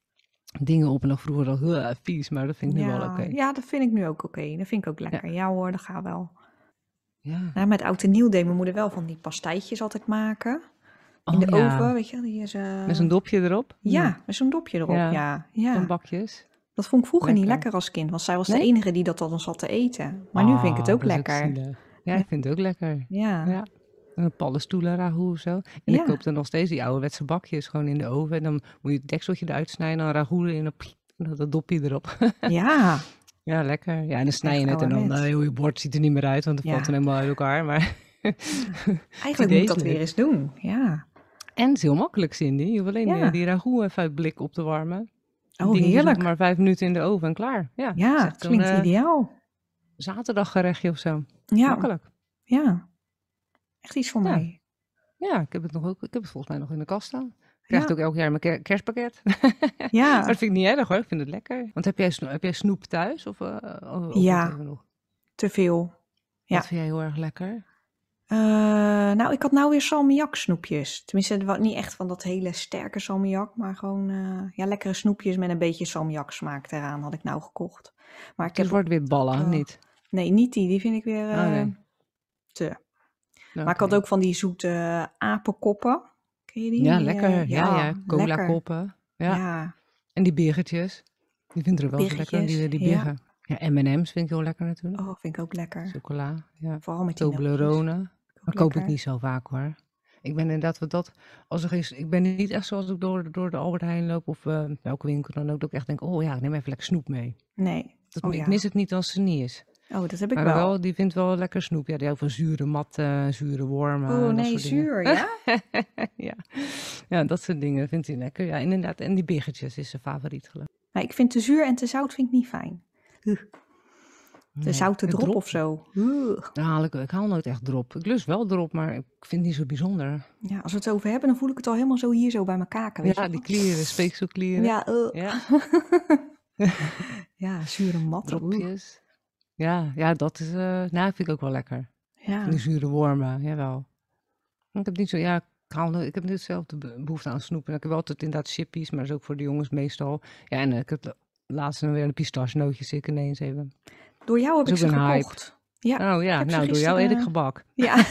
S2: dingen op. En nog vroeger al heel uh, vies, maar dat vind ik nu wel
S1: Ja.
S2: oké.
S1: Ja, dat vind ik nu ook oké. Dat vind ik ook lekker. Ja, hoor, dat gaat wel.
S2: Ja.
S1: Nou, met oud en nieuw deed mijn moeder wel van die pastijtjes altijd maken. In
S2: Oh,
S1: de
S2: ja.
S1: oven, weet je. Die is, eh,
S2: Met zo'n dopje erop?
S1: Ja, met zo'n dopje erop.
S2: Ja.
S1: Ja, ja.
S2: Zo'n bakjes?
S1: Dat vond ik vroeger niet
S2: Lekker.
S1: lekker als kind. Want zij was de
S2: Nee?
S1: enige die dat dan zat te eten. Maar nu vind ik het
S2: Ah,
S1: ook
S2: dat is
S1: lekker.
S2: zielig. Ja,
S1: Ja.
S2: ik vind het ook lekker.
S1: Ja.
S2: Ja. En een paddenstoelen ragout of zo. En
S1: Ja.
S2: ik koop dan nog steeds die ouderwetse bakjes gewoon in de oven. En dan moet je het dekseltje eruit snijden, dan ragout erin en dan dat dopje erop.
S1: Ja.
S2: Ja, lekker. Ja, en dan snij je
S1: Echt
S2: het en dan
S1: ouderwets.
S2: uh, heel je bord ziet er niet meer uit, want het valt
S1: Ja.
S2: dan helemaal uit elkaar. Maar
S1: Ja.
S2: het
S1: Eigenlijk
S2: idee
S1: moet ik
S2: is
S1: dat weer
S2: leuk.
S1: eens doen. Ja.
S2: En het is heel makkelijk, Cindy. Je hoeft alleen uh,
S1: Ja.
S2: die ragout even uit blik op te warmen. Die
S1: Oh,
S2: dingetjes nog
S1: heerlijk.
S2: maar vijf minuten in de oven en klaar. Ja, het is
S1: Ja,
S2: echt zo'n
S1: klinkt
S2: uh,
S1: ideaal.
S2: zaterdaggerechtje of zo.
S1: Ja,
S2: Makkelijk.
S1: ja. Echt iets voor
S2: Ja.
S1: mij.
S2: Ja, ik heb het nog ook. Ik heb het volgens mij nog in de kast staan. Ik krijg het
S1: Ja.
S2: ook elk jaar in mijn ker- kerstpakket. Maar
S1: Ja.
S2: dat vind ik niet erg hoor. Ik vind het lekker. Want heb jij, sno- heb jij snoep thuis? Of, uh, of, of
S1: Ja.
S2: wat even nog?
S1: Te veel. Ja.
S2: Wat vind jij heel erg lekker?
S1: Uh, nou, ik had nou weer salmiak snoepjes. Tenminste, wat niet echt van dat hele sterke salmiak, maar gewoon uh, ja, lekkere snoepjes met een beetje salmiak smaak eraan had ik nou gekocht. Maar ik
S2: Dus
S1: heb
S2: wordt weer ballen,
S1: ook, uh,
S2: niet?
S1: Nee, niet die. Die vind ik weer uh,
S2: Oh nee.
S1: te.
S2: Okay.
S1: Maar ik had ook van die zoete apenkoppen. Ken je die?
S2: Ja,
S1: die
S2: lekker.
S1: uh,
S2: ja, ja. ja. Cola
S1: lekker.
S2: koppen. Ja.
S1: ja.
S2: En die biggetjes. Die vind ik er wel zo lekker. Die, die biggen. Ja, ja M en M's vind ik heel lekker natuurlijk.
S1: Oh, vind ik ook lekker.
S2: Chocola. Ja.
S1: Vooral met die
S2: Toblerone. Dat koop
S1: lekker.
S2: ik niet zo vaak hoor. Ik ben inderdaad wat dat, als er is, ik ben niet echt zoals ik door, door de Albert Heijn loop of uh, welke winkel dan ook, dat ik echt denk, oh ja, ik neem even lekker snoep mee.
S1: Nee.
S2: Dat,
S1: oh,
S2: ik
S1: ja.
S2: mis het niet als ze niet is.
S1: Oh, dat heb ik
S2: maar
S1: wel.
S2: wel. Die vindt wel lekker snoep. Ja, die houdt van zure matten, zure wormen.
S1: Oh
S2: dat
S1: nee,
S2: soort
S1: zuur,
S2: dingen.
S1: ja?
S2: ja? Ja, dat soort dingen vindt hij lekker. Ja, inderdaad. En die biggetjes is zijn favoriet geloof ik.
S1: Nou, ik vind te zuur en te zout vind ik niet fijn. Uh. De
S2: Nee,
S1: zoute drop,
S2: drop
S1: of zo. Uh.
S2: Dan haal ik, ik haal nooit echt drop. Ik lust wel drop, maar ik vind het niet zo bijzonder.
S1: Ja, als we het over hebben, dan voel ik het al helemaal zo hier zo bij mijn kaken. Weet
S2: ja,
S1: je
S2: die klieren, speekselklieren.
S1: Ja, uh.
S2: ja.
S1: ja, zure matten.
S2: Dropjes. Ja, ja, dat is, uh, nou, vind ik ook wel lekker.
S1: Ja.
S2: Die zure wormen, jawel. Ik heb niet zo, ja, ik, haal, ik heb niet hetzelfde behoefte aan snoepen. Ik heb altijd inderdaad chippies, maar dat is ook voor de jongens meestal. Ja, en uh, ik heb laatst weer een pistachenootje zit ik ineens even.
S1: Door jou heb ik ze gekocht.
S2: Ja, oh ja, nou door jou eet ik gebak.
S1: Ja.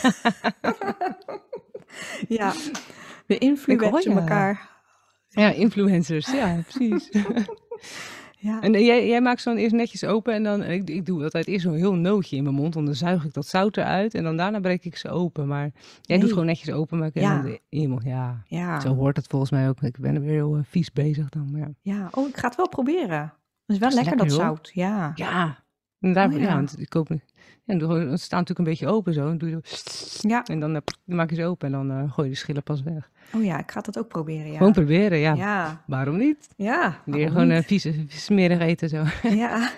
S1: ja, we influencen elkaar.
S2: Ja, influencers, ja, precies.
S1: ja.
S2: En jij, jij maakt zo'n eerst netjes open en dan, ik, ik doe altijd eerst zo'n heel nootje in mijn mond, want dan zuig ik dat zout eruit en dan daarna breek ik ze open. Maar jij nee. doet gewoon netjes open, maar ik
S1: ja.
S2: de iemand, ja.
S1: ja.
S2: Zo hoort het volgens mij ook. Ik ben er weer heel uh, vies bezig dan. Ja.
S1: ja, oh, ik ga het wel proberen. Het is wel
S2: is
S1: lekker,
S2: lekker
S1: dat
S2: hoor.
S1: zout, ja.
S2: Ja. En daar,
S1: oh, ja.
S2: ja, want ik koop, ja, het staat natuurlijk een beetje open zo. Dan doe je zo,
S1: ja.
S2: En dan, uh, dan maak je ze open en dan uh, gooi je de schillen pas weg.
S1: Oh ja, ik ga dat ook proberen, ja.
S2: Gewoon proberen, ja.
S1: ja.
S2: Waarom niet?
S1: Ja,
S2: Leer gewoon uh, vies, smerig eten zo.
S1: Ja.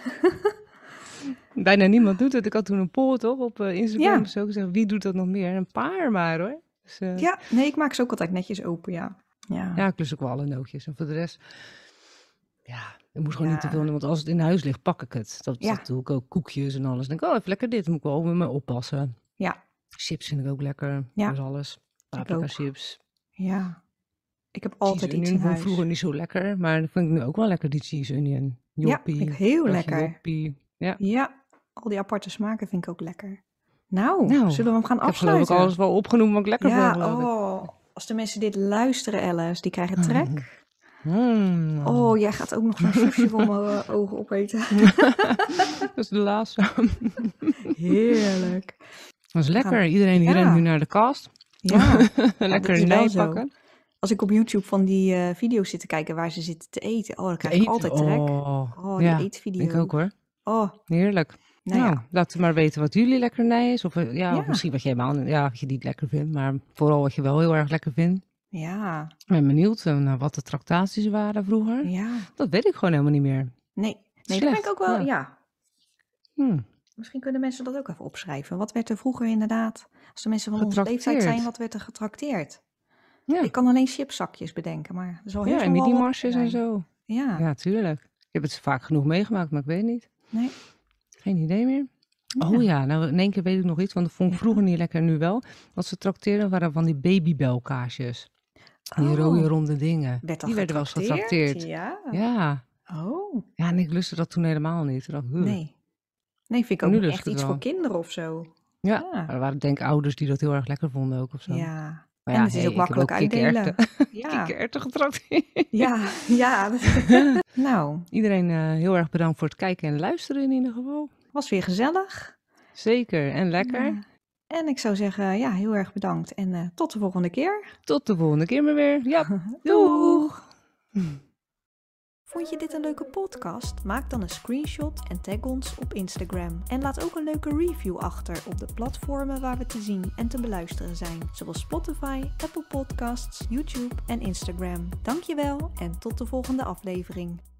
S2: Bijna niemand doet het. Ik had toen een poll toch op uh, Instagram
S1: ja.
S2: of zo gezegd, wie doet dat nog meer? Een paar maar hoor. Dus, uh,
S1: ja, nee, ik maak ze ook altijd netjes open, ja. Ja,
S2: ja ik lust ook wel alle nootjes. En voor de rest, ja, er moet gewoon ja. niet te veel, want als het in huis ligt, pak ik het. Dat,
S1: ja.
S2: dat doe ik ook, koekjes en alles. Dan denk ik, oh, even lekker dit, dan moet ik wel weer mee oppassen.
S1: Ja.
S2: Chips vind ik ook lekker,
S1: ja.
S2: dat is alles. Paprika chips.
S1: Ja. Ik heb altijd
S2: cheese
S1: iets
S2: onion
S1: in huis.
S2: Vroeger niet zo lekker, maar dat vind ik nu ook wel lekker, die cheese onion. Joppie,
S1: ja, vind ik heel lekker.
S2: Joppie. Ja.
S1: ja, al die aparte smaken vind ik ook lekker. Nou, nou zullen we hem gaan
S2: ik
S1: afsluiten?
S2: Ik heb alles wel opgenoemd wat ik lekker
S1: ja,
S2: vond.
S1: Oh, als de mensen dit luisteren, Alice, die krijgen trek.
S2: Mm.
S1: Oh, jij gaat ook nog zo'n soesje voor mijn uh, ogen opeten.
S2: Dat is de laatste.
S1: Heerlijk.
S2: Dat is lekker. Gaan... Iedereen die ja. rent nu naar de kast.
S1: Ja.
S2: lekker een nij pakken.
S1: Als ik op YouTube van die uh, video's zit te kijken waar ze zitten te eten. Oh, dan krijg ik altijd trek.
S2: Oh,
S1: oh die
S2: ja,
S1: eetvideo.
S2: Ik ook hoor.
S1: Oh.
S2: Heerlijk.
S1: Nou,
S2: nou
S1: ja.
S2: laten we maar weten wat jullie lekkernij is. Of, ja,
S1: ja.
S2: of misschien wat jij helemaal ja, wat je niet lekker vindt. Maar vooral wat je wel heel erg lekker vindt.
S1: Ja.
S2: Ik ben benieuwd naar wat de tractaties waren vroeger.
S1: Ja.
S2: Dat weet ik gewoon helemaal niet meer.
S1: Nee, nee dat ben ik ook wel, ja. ja.
S2: Hmm.
S1: Misschien kunnen mensen dat ook even opschrijven. Wat werd er vroeger inderdaad, als de mensen van onze leeftijd zijn, wat werd er getrakteerd? Ja. Ik kan alleen chipszakjes bedenken, maar er zal heel
S2: ja,
S1: veel
S2: en midi-marsjes en zo.
S1: Ja.
S2: Ja, tuurlijk. Ik heb het vaak genoeg meegemaakt, maar ik weet niet.
S1: Nee.
S2: Geen idee meer. Ja. Oh ja, nou in één keer weet ik nog iets, want dat vond ik ja. vroeger niet lekker, nu wel. Wat ze trakteerden waren van die babybelkaasjes. Die oh. rode ronde dingen.
S1: Werd
S2: die werden wel eens getrakteerd.
S1: Ja.
S2: Ja.
S1: Oh.
S2: Ja, en ik lustte dat toen helemaal niet. Dacht,
S1: nee. Nee, vind ik ook niet echt iets wel. voor kinderen of zo.
S2: Ja, ja. Er waren denk ik ouders die dat heel erg lekker vonden ook of zo.
S1: Ja.
S2: Maar
S1: en
S2: ja,
S1: het is
S2: hey,
S1: ook makkelijk
S2: ook
S1: uitdelen. Ja.
S2: Kikkererwten getrakteerd.
S1: Ja, ja. nou.
S2: Iedereen uh, heel erg bedankt voor het kijken en luisteren in ieder geval.
S1: Was weer gezellig.
S2: Zeker, en lekker.
S1: Ja. En ik zou zeggen, ja, heel erg bedankt. En uh, tot de volgende keer.
S2: Tot de volgende keer maar weer. Ja, doeg!
S1: Vond je dit een leuke podcast? Maak dan een screenshot en tag ons op Instagram. En laat ook een leuke review achter op de platformen waar we te zien en te beluisteren zijn, zoals Spotify, Apple Podcasts, YouTube en Instagram. Dankjewel en tot de volgende aflevering.